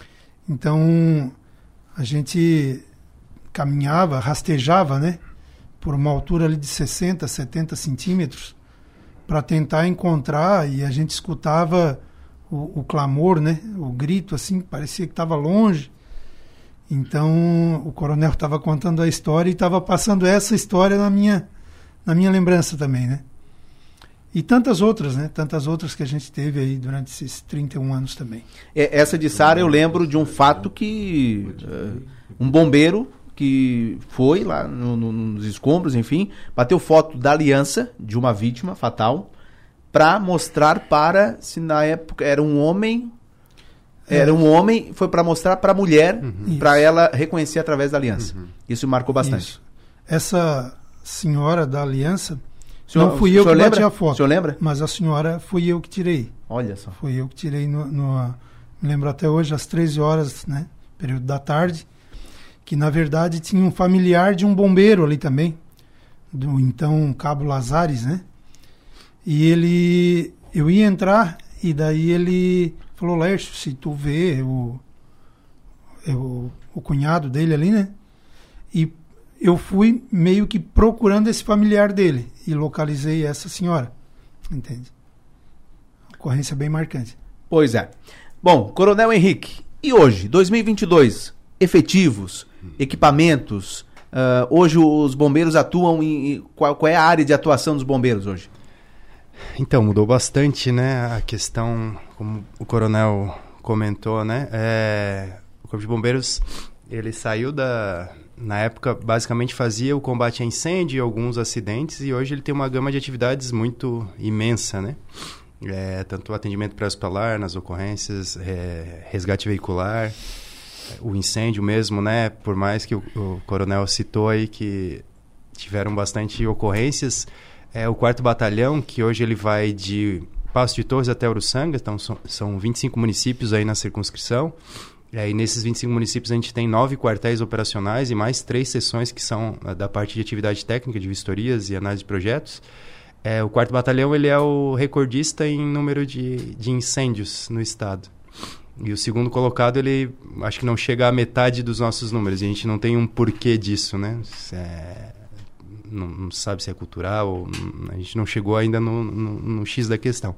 Então a gente caminhava, rastejava, né? Por uma altura ali de sessenta, setenta centímetros para tentar encontrar, e a gente escutava O, o clamor, né? O grito, assim, parecia que estava longe. Então, o coronel estava contando a história e estava passando essa história na minha, na minha lembrança também, né? E tantas outras, né? Tantas outras que a gente teve aí durante esses trinta e um anos também. É, essa de Sara eu lembro de um fato que... Uh, um bombeiro que foi lá no, no, nos escombros, enfim, bateu foto da aliança de uma vítima fatal, para mostrar para, se na época era um homem, era um homem, foi para mostrar para a mulher, uhum. para ela reconhecer através da aliança. Uhum. Isso marcou bastante. Isso. Essa senhora da aliança, senhor, não fui eu que lembra? bati a foto. O senhor lembra? Mas a senhora fui eu que tirei. Olha só. Fui eu que tirei, no, no, me lembro até hoje, às treze horas, né, período da tarde, que na verdade tinha um familiar de um bombeiro ali também, do então Cabo Lazares, né? E ele, eu ia entrar, e daí ele falou, Laércio, se tu vê o, o, o cunhado dele ali, né? E eu fui meio que procurando esse familiar dele, e localizei essa senhora, entende? Ocorrência bem marcante. Pois é. Bom, Coronel Henrique, e hoje, dois mil e vinte e dois, efetivos, equipamentos, uh, hoje os bombeiros atuam em... em qual, qual é a área de atuação dos bombeiros hoje? Então, mudou bastante, né, a questão, como o coronel comentou, né, é, o Corpo de Bombeiros, ele saiu da, na época, basicamente fazia o combate a incêndio e alguns acidentes, e hoje ele tem uma gama de atividades muito imensa, né? É, tanto o atendimento pré-hospitalar nas ocorrências, é, resgate veicular, o incêndio mesmo, né? Por mais que o, o coronel citou aí que tiveram bastante ocorrências, é, o quarto batalhão, que hoje ele vai de Passo de Torres até Uruçanga, então são, são vinte e cinco municípios aí na circunscrição. É, e nesses vinte e cinco municípios a gente tem nove quartéis operacionais e mais três seções que são da parte de atividade técnica, de vistorias e análise de projetos. É, o quarto batalhão ele é o recordista em número de, de incêndios no estado. E o segundo colocado, ele acho que não chega à metade dos nossos números. E a gente não tem um porquê disso, né? É, não, não sabe se é cultural, ou, a gente não chegou ainda no, no, no X da questão.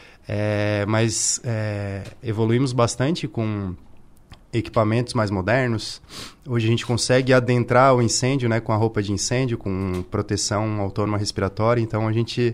É, mas é, evoluímos bastante com equipamentos mais modernos. Hoje a gente consegue adentrar o incêndio, né, com a roupa de incêndio, com proteção autônoma respiratória. Então a gente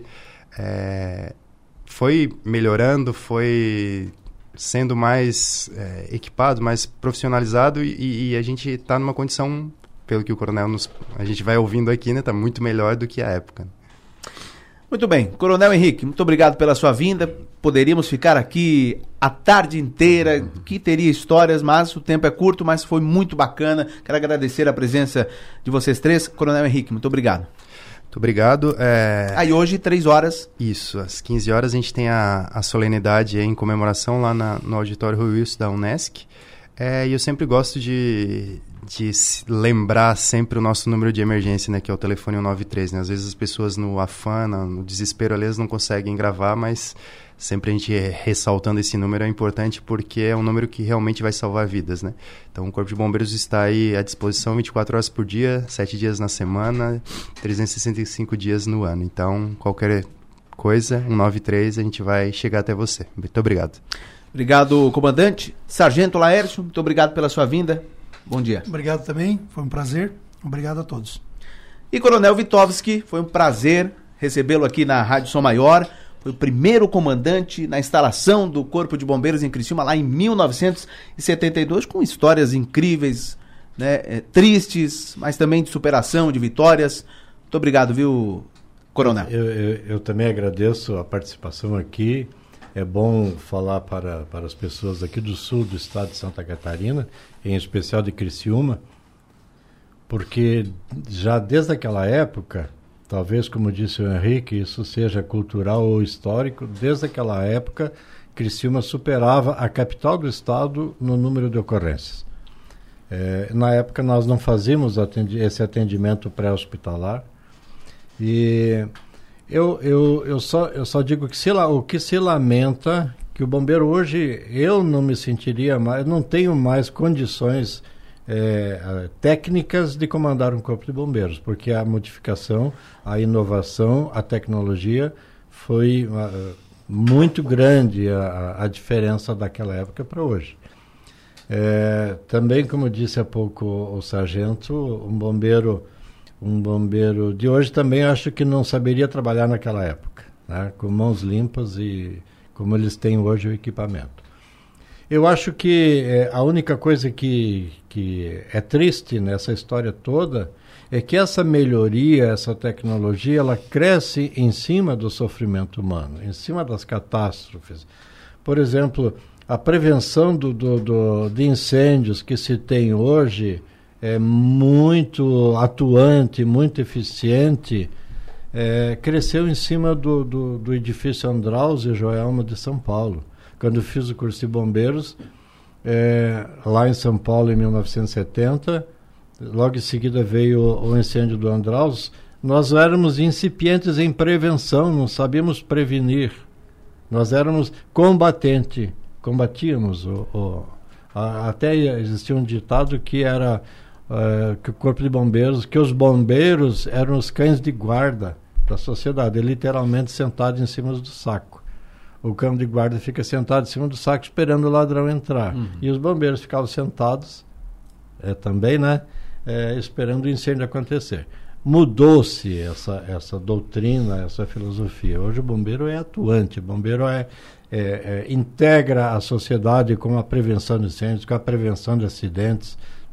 é, foi melhorando, foi sendo mais é, equipado, mais profissionalizado, e, e a gente está numa condição, pelo que o coronel nos, a gente vai ouvindo aqui, né, está muito melhor do que a época. Muito bem, Coronel Henrique, muito obrigado pela sua vinda. Poderíamos ficar aqui a tarde inteira, que teria histórias, mas o tempo é curto, mas foi muito bacana. Quero agradecer a presença de vocês três. Coronel Henrique, muito obrigado. Muito obrigado. É... Aí hoje, três horas. Isso, às quinze horas a gente tem a, a solenidade em comemoração lá na, no auditório Rui Wilson da Unesc. É, e eu sempre gosto de... de lembrar sempre o nosso número de emergência, né, que é o telefone um nove três, né? Às vezes as pessoas no afã, no desespero, elas não conseguem gravar, mas sempre a gente ressaltando esse número é importante porque é um número que realmente vai salvar vidas, né? Então o Corpo de Bombeiros está aí à disposição vinte e quatro horas por dia, sete dias na semana, trezentos e sessenta e cinco dias no ano. Então qualquer coisa, um nove três, a gente vai chegar até você. Muito obrigado. Obrigado, comandante. Sargento Laércio, muito obrigado pela sua vinda. Bom dia. Obrigado também, foi um prazer. Obrigado a todos. E Coronel Vitovski, foi um prazer recebê-lo aqui na Rádio Som Maior. Foi o primeiro comandante na instalação do Corpo de Bombeiros em Criciúma, lá em mil novecentos e setenta e dois, com histórias incríveis, né, é, tristes, mas também de superação, de vitórias. Muito obrigado, viu, Coronel? Eu, eu, eu também agradeço a participação aqui. É bom falar para, para as pessoas aqui do sul do estado de Santa Catarina, em especial de Criciúma, porque já desde aquela época, talvez como disse o Henrique, isso seja cultural ou histórico, desde aquela época Criciúma superava a capital do estado no número de ocorrências. É, na época nós não fazíamos atendi- esse atendimento pré-hospitalar e... Eu, eu, eu, só, eu só digo que se, o que se lamenta que o bombeiro hoje, eu não me sentiria mais, não tenho mais condições é, técnicas de comandar um corpo de bombeiros, porque a modificação, a inovação, a tecnologia foi uh, muito grande a, a diferença daquela época para hoje. É, também, como disse há pouco o, o sargento, um bombeiro... Um bombeiro de hoje também acho que não saberia trabalhar naquela época, né? Com mãos limpas e como eles têm hoje o equipamento. Eu acho que é, a única coisa que, que é triste nessa história toda é que essa melhoria, essa tecnologia, ela cresce em cima do sofrimento humano, em cima das catástrofes. Por exemplo, a prevenção do, do, do, de incêndios que se tem hoje é muito atuante, muito eficiente, é, cresceu em cima do, do, do edifício Andraus e Joelma de São Paulo. Quando eu fiz o curso de bombeiros, é, lá em São Paulo, em mil novecentos e setenta, logo em seguida veio o, o incêndio do Andraus, nós éramos incipientes em prevenção, não sabíamos prevenir. Nós éramos combatente, combatíamos. O, o, a, até existia um ditado que era... Uh, que o corpo de bombeiros, que os bombeiros eram os cães de guarda da sociedade, literalmente sentado em cima do saco. O cão de guarda fica sentado em cima do saco esperando o ladrão entrar. Uhum. E os bombeiros ficavam sentados é, também, né, é, esperando o incêndio acontecer. Mudou-se essa, essa doutrina, essa filosofia. Hoje o bombeiro é atuante, o bombeiro é, é, é, integra a sociedade com a prevenção de incêndios, com a prevenção de acidentes.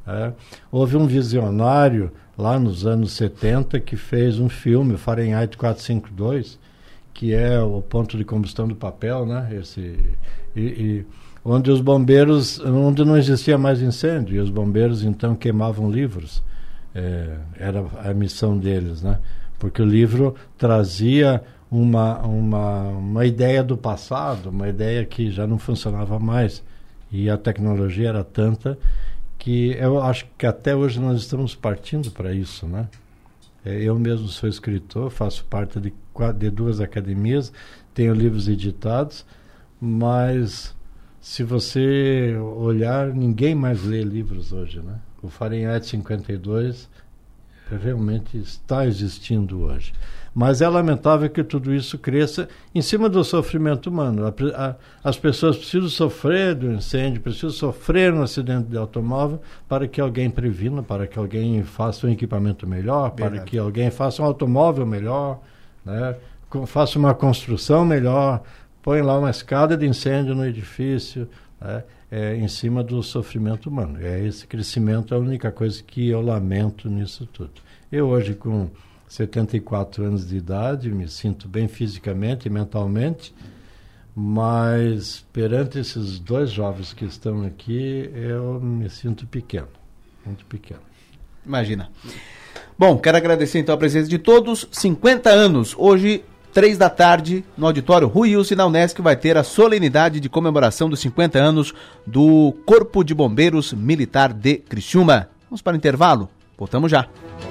É. Houve um visionário lá nos anos setenta que fez um filme, Fahrenheit quatrocentos e cinquenta e dois, que é o ponto de combustão do papel, né? Esse, e, e, onde os bombeiros, onde não existia mais incêndio, e os bombeiros então queimavam livros. É, era a missão deles, né? Porque o livro trazia uma, uma, uma ideia do passado, uma ideia que já não funcionava mais. E a tecnologia era tanta que eu acho que até hoje nós estamos partindo para isso, né? Eu mesmo sou escritor, faço parte de, de duas academias, tenho livros editados, mas se você olhar, ninguém mais lê livros hoje, né? O Fahrenheit cinquenta e dois realmente está existindo hoje. Mas é lamentável que tudo isso cresça em cima do sofrimento humano. A, a, as pessoas precisam sofrer do incêndio, precisam sofrer um acidente de automóvel para que alguém previna, para que alguém faça um equipamento melhor, Verdade. para que alguém faça um automóvel melhor, né? Faça uma construção melhor, põe lá uma escada de incêndio no edifício, né? É, em cima do sofrimento humano. É esse crescimento a única coisa que eu lamento nisso tudo. Eu hoje, com setenta e quatro anos de idade, me sinto bem fisicamente e mentalmente, mas perante esses dois jovens que estão aqui, eu me sinto pequeno, muito pequeno. Imagina. Bom, quero agradecer então a presença de todos. cinquenta anos, hoje, três da tarde, no auditório Rui Ilse, na Unesc, vai ter a solenidade de comemoração dos cinquenta anos do Corpo de Bombeiros Militar de Criciúma. Vamos para o intervalo? Voltamos já.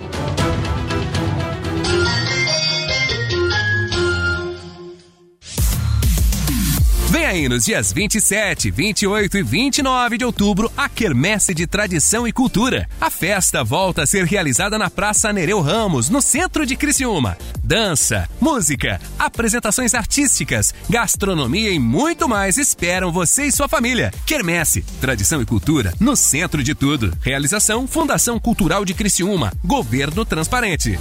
Vem aí nos dias vinte e sete, vinte e oito e vinte e nove de outubro a Quermesse de Tradição e Cultura. A festa volta a ser realizada na Praça Nereu Ramos, no centro de Criciúma. Dança, música, apresentações artísticas, gastronomia e muito mais esperam você e sua família. Quermesse, Tradição e Cultura, no centro de tudo. Realização Fundação Cultural de Criciúma. Governo Transparente.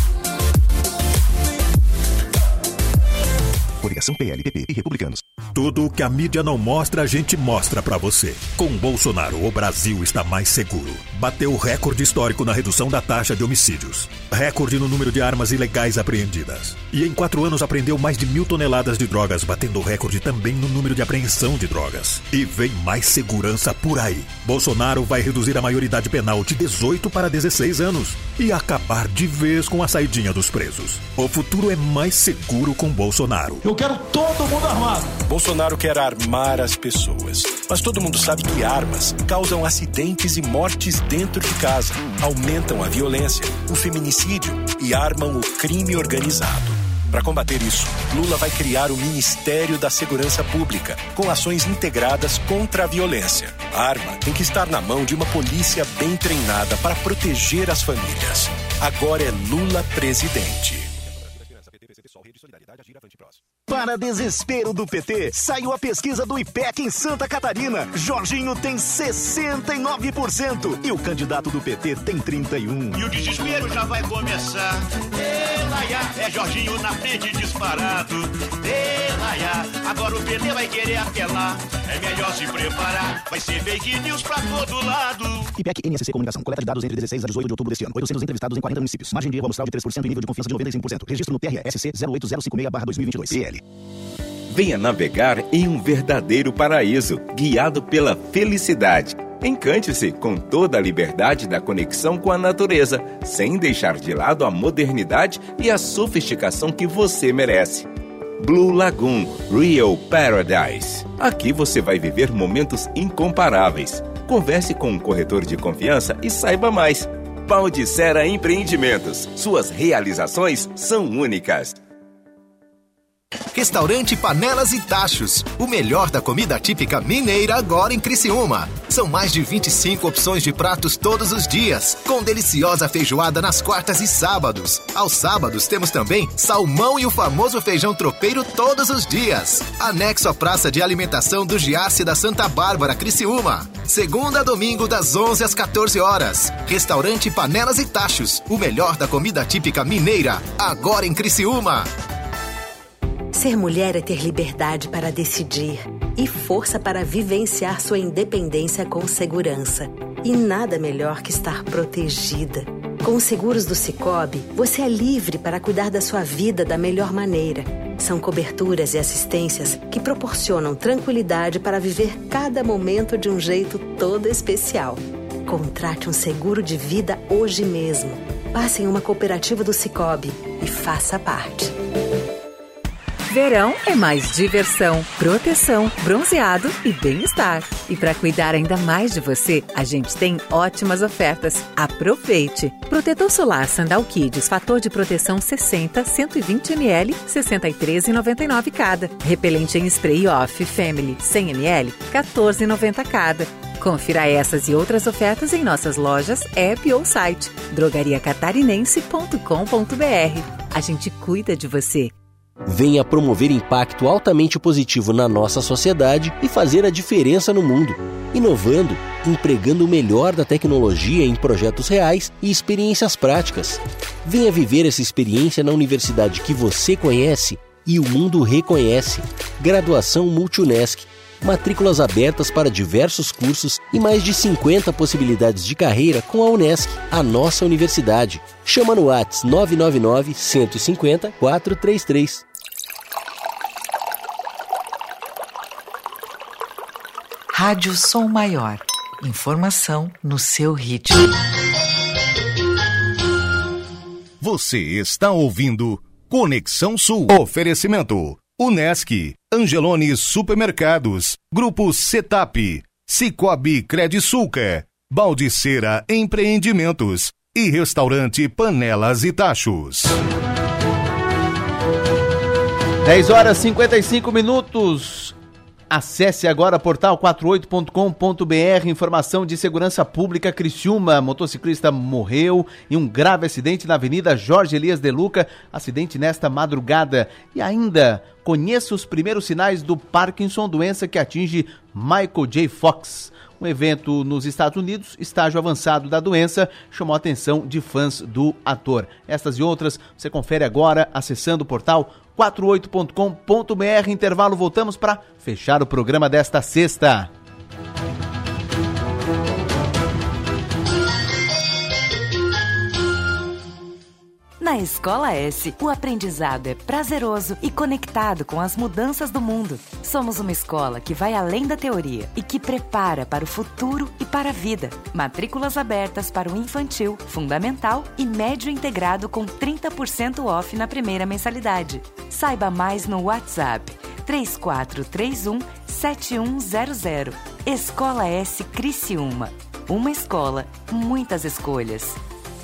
Coligação P L, P P e Republicanos. Tudo o que a mídia não mostra, a gente mostra pra você. Com Bolsonaro, o Brasil está mais seguro. Bateu o recorde histórico na redução da taxa de homicídios. Recorde no número de armas ilegais apreendidas. E em quatro anos apreendeu mais de mil toneladas de drogas, batendo o recorde também no número de apreensão de drogas. E vem mais segurança por aí. Bolsonaro vai reduzir a maioridade penal de dezoito para dezesseis anos. E acabar de vez com a saidinha dos presos. O futuro é mais seguro com Bolsonaro. Eu quero todo mundo armado. Bolsonaro quer armar as pessoas. Mas todo mundo sabe que armas causam acidentes e mortes dentro de casa, aumentam a violência, o feminicídio e armam o crime organizado. Para combater isso, Lula vai criar o Ministério da Segurança Pública, com ações integradas contra a violência. A arma tem que estar na mão de uma polícia bem treinada para proteger as famílias. Agora é Lula presidente. Para desespero do P T, saiu a pesquisa do I P E C em Santa Catarina. Jorginho tem sessenta e nove por cento e o candidato do P T tem trinta e um por cento. E o desespero já vai começar. Elaiá, é Jorginho na frente disparado. Elaiá, agora o P T vai querer apelar. É melhor se preparar, vai ser fake news pra todo lado. I P E C N S C Comunicação, coleta de dados entre dezesseis a dezoito de outubro deste ano. oitocentos entrevistados em quarenta municípios. Margem de erro amostral de três por cento e nível de confiança de noventa e cinco por cento. Registro no T R S C zero oito zero cinco seis barra dois mil e vinte e dois. P L. Venha navegar em um verdadeiro paraíso, guiado pela felicidade. Encante-se com toda a liberdade da conexão com a natureza, sem deixar de lado a modernidade e a sofisticação que você merece. Blue Lagoon Real Paradise. Aqui você vai viver momentos incomparáveis. Converse com um corretor de confiança e saiba mais. Paldicera Empreendimentos. Suas realizações são únicas. Restaurante Panelas e Tachos, o melhor da comida típica mineira agora em Criciúma. São mais de vinte e cinco opções de pratos todos os dias, com deliciosa feijoada nas quartas e sábados. Aos sábados temos também salmão e o famoso feijão tropeiro todos os dias. Anexo à Praça de Alimentação do Giasse da Santa Bárbara, Criciúma. Segunda a domingo das onze às quatorze horas. Restaurante Panelas e Tachos, o melhor da comida típica mineira agora em Criciúma. Ser mulher é ter liberdade para decidir e força para vivenciar sua independência com segurança. E nada melhor que estar protegida. Com os seguros do Sicoob, você é livre para cuidar da sua vida da melhor maneira. São coberturas e assistências que proporcionam tranquilidade para viver cada momento de um jeito todo especial. Contrate um seguro de vida hoje mesmo. Passe em uma cooperativa do Sicoob e faça parte. Verão é mais diversão, proteção, bronzeado e bem-estar. E para cuidar ainda mais de você, a gente tem ótimas ofertas. Aproveite! Protetor solar Sandal Kids, fator de proteção sessenta, cento e vinte mililitros, sessenta e três reais e noventa e nove cada. Repelente em spray off Family, cem mililitros, quatorze reais e noventa cada. Confira essas e outras ofertas em nossas lojas, app ou site drogaria catarinense ponto com ponto b r. A gente cuida de você. Venha promover impacto altamente positivo na nossa sociedade e fazer a diferença no mundo, inovando, empregando o melhor da tecnologia em projetos reais e experiências práticas. Venha viver essa experiência na universidade que você conhece e o mundo reconhece. Graduação Multi-Unesc. Matrículas abertas para diversos cursos e mais de cinquenta possibilidades de carreira com a Unesc, a nossa universidade. Chama no WhatsApp nove nove nove, um cinco zero, quatro três três. Rádio Som Maior. Informação no seu ritmo. Você está ouvindo Conexão Sul. Oferecimento Unesc, Angelone Supermercados, Grupo Setap, Sicoob Credisulca, Baldiceira Empreendimentos e Restaurante Panelas e Tachos. dez horas e cinquenta e cinco minutos. Acesse agora portal quarenta e oito ponto com ponto b r, informação de segurança pública. Criciúma, motociclista morreu em um grave acidente na Avenida Jorge Elias de Luca, acidente nesta madrugada. E ainda, conheça os primeiros sinais do Parkinson, doença que atinge Michael J. Fox. Um evento nos Estados Unidos, estágio avançado da doença, chamou a atenção de fãs do ator. Estas e outras você confere agora acessando o portal quarenta e oito ponto com ponto b r. Intervalo, voltamos para fechar o programa desta sexta. Na Escola S, o aprendizado é prazeroso e conectado com as mudanças do mundo. Somos uma escola que vai além da teoria e que prepara para o futuro e para a vida. Matrículas abertas para o infantil, fundamental e médio integrado com trinta por cento off na primeira mensalidade. Saiba mais no WhatsApp três quatro três um, sete um zero zero. Escola S Criciúma. Uma escola, muitas escolhas.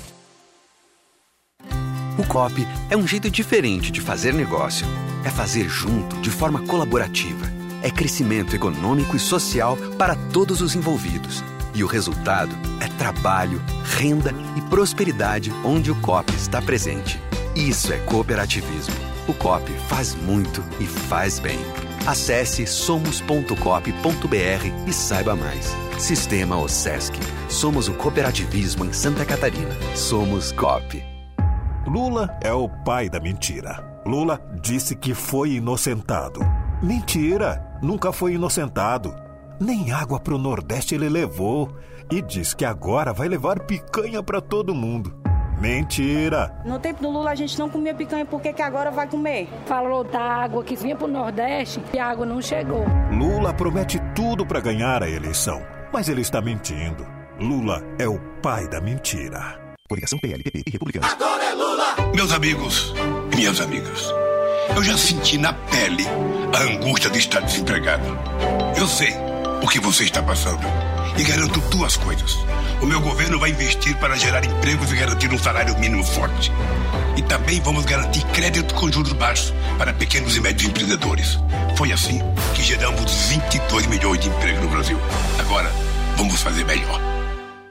O Coop é um jeito diferente de fazer negócio. É fazer junto, de forma colaborativa. É crescimento econômico e social para todos os envolvidos. E o resultado é trabalho, renda e prosperidade onde o Coop está presente. Isso é cooperativismo. O Coop faz muito e faz bem. Acesse somos ponto coop ponto b r e saiba mais. Sistema OSESC. Somos o cooperativismo em Santa Catarina. Somos Coop. Lula é o pai da mentira. Lula disse que foi inocentado. Mentira! Nunca foi inocentado. Nem água pro Nordeste ele levou. E diz que agora vai levar picanha pra todo mundo. Mentira! No tempo do Lula a gente não comia picanha, por que que agora vai comer? Falou da água que vinha pro Nordeste e a água não chegou. Lula promete tudo pra ganhar a eleição, mas ele está mentindo. Lula é o pai da mentira. Coligação P L, P P e Republicanos. Agora é Lula! Meus amigos e minhas amigas, eu já senti na pele a angústia de estar desempregado. Eu sei o que você está passando e garanto duas coisas. O meu governo vai investir para gerar empregos e garantir um salário mínimo forte. E também vamos garantir crédito com juros baixos para pequenos e médios empreendedores. Foi assim que geramos vinte e dois milhões de empregos no Brasil. Agora, vamos fazer melhor.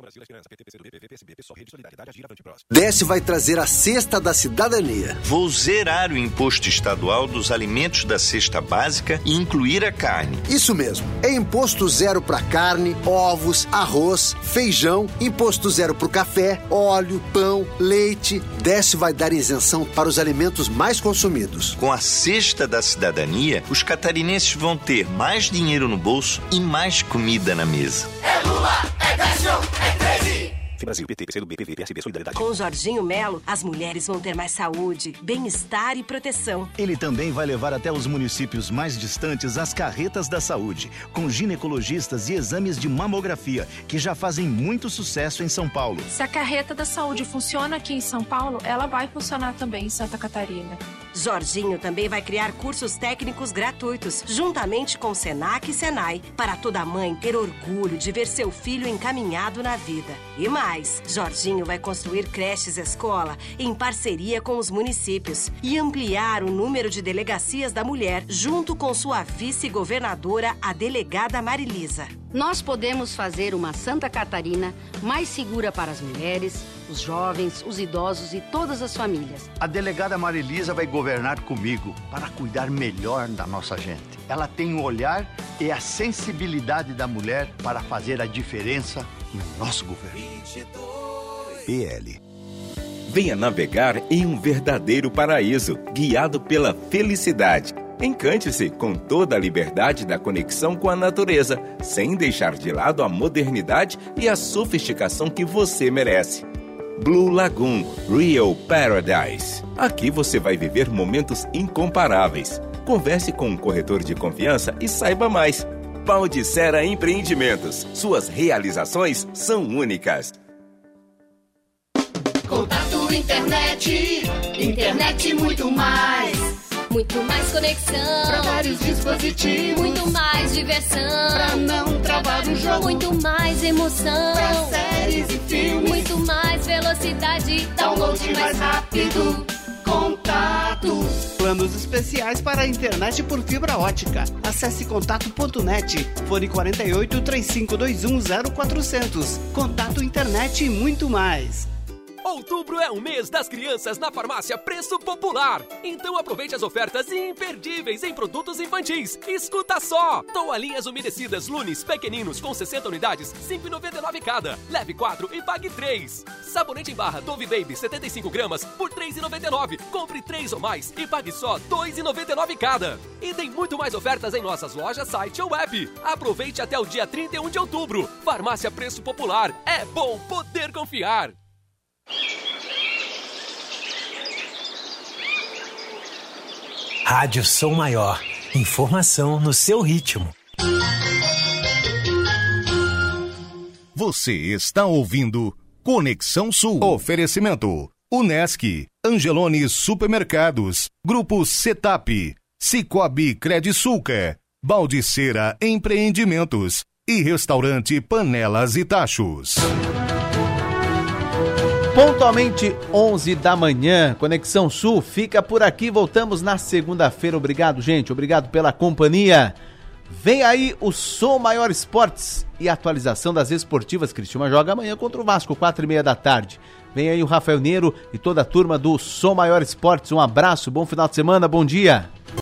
Décio vai trazer a Cesta da Cidadania. Vou zerar o imposto estadual dos alimentos da cesta básica e incluir a carne. Isso mesmo. É imposto zero para carne, ovos, arroz, feijão, imposto zero para o café, óleo, pão, leite. Décio vai dar isenção para os alimentos mais consumidos. Com a Cesta da Cidadania, os catarinenses vão ter mais dinheiro no bolso e mais comida na mesa. É Lula, é Décio, é treze! Brasil, P T, P C do B, P V, P S B, Solidariedade. Com Jorginho Melo, as mulheres vão ter mais saúde, bem-estar e proteção. Ele também vai levar até os municípios mais distantes as carretas da saúde, com ginecologistas e exames de mamografia, que já fazem muito sucesso em São Paulo. Se a carreta da saúde funciona aqui em São Paulo, ela vai funcionar também em Santa Catarina. Jorginho também vai criar cursos técnicos gratuitos, juntamente com Senac e Senai, para toda mãe ter orgulho de ver seu filho encaminhado na vida. E mais, Jorginho vai construir creches escola em parceria com os municípios e ampliar o número de delegacias da mulher, junto com sua vice-governadora, a delegada Marilisa. Nós podemos fazer uma Santa Catarina mais segura para as mulheres, os jovens, os idosos e todas as famílias. A delegada Marilisa vai governar comigo para cuidar melhor da nossa gente. Ela tem o olhar e a sensibilidade da mulher para fazer a diferença no nosso governo. P L. Venha navegar em um verdadeiro paraíso, guiado pela felicidade. Encante-se com toda a liberdade da conexão com a natureza, sem deixar de lado a modernidade e a sofisticação que você merece. Blue Lagoon Real Paradise. Aqui você vai viver momentos incomparáveis. Converse com um corretor de confiança e saiba mais. Paldicera Empreendimentos. Suas realizações são únicas. Contato internet, internet muito mais. Muito mais conexão. Pra vários dispositivos. Muito mais diversão. Pra não travar o jogo. Muito mais emoção. Pra séries e filmes. Muito mais velocidade. Download mais rápido. Contato. Planos especiais para a internet por fibra ótica. Acesse contato ponto net. Fone quarenta e oito, três cinco dois um, zero quatrocentos. Contato internet e muito mais. Outubro é o mês das crianças na farmácia Preço Popular. Então aproveite as ofertas imperdíveis em produtos infantis. Escuta só! Toalhinhas umedecidas Lunis pequeninos com sessenta unidades, cinco reais e noventa e nove cada. Leve quatro e pague três. Sabonete em barra Dove Baby setenta e cinco gramas por três reais e noventa e nove. Compre três ou mais e pague só dois reais e noventa e nove cada. E tem muito mais ofertas em nossas lojas, site ou app. Aproveite até o dia trinta e um de outubro. Farmácia Preço Popular. É bom poder confiar. Rádio Som Maior. Informação no seu ritmo. Você está ouvindo Conexão Sul. Oferecimento: Unesc, Angelone Supermercados, Grupo Setap, Cicobi Credisulca, Baldicera Empreendimentos e Restaurante Panelas e Tachos. Pontualmente onze da manhã, Conexão Sul fica por aqui, voltamos na segunda-feira. Obrigado, gente, obrigado pela companhia. Vem aí o Som Maior Esportes e atualização das esportivas. Criciúma joga amanhã contra o Vasco, quatro e meia da tarde. Vem aí o Rafael Neiro e toda a turma do Som Maior Esportes. Um abraço, bom final de semana, bom dia.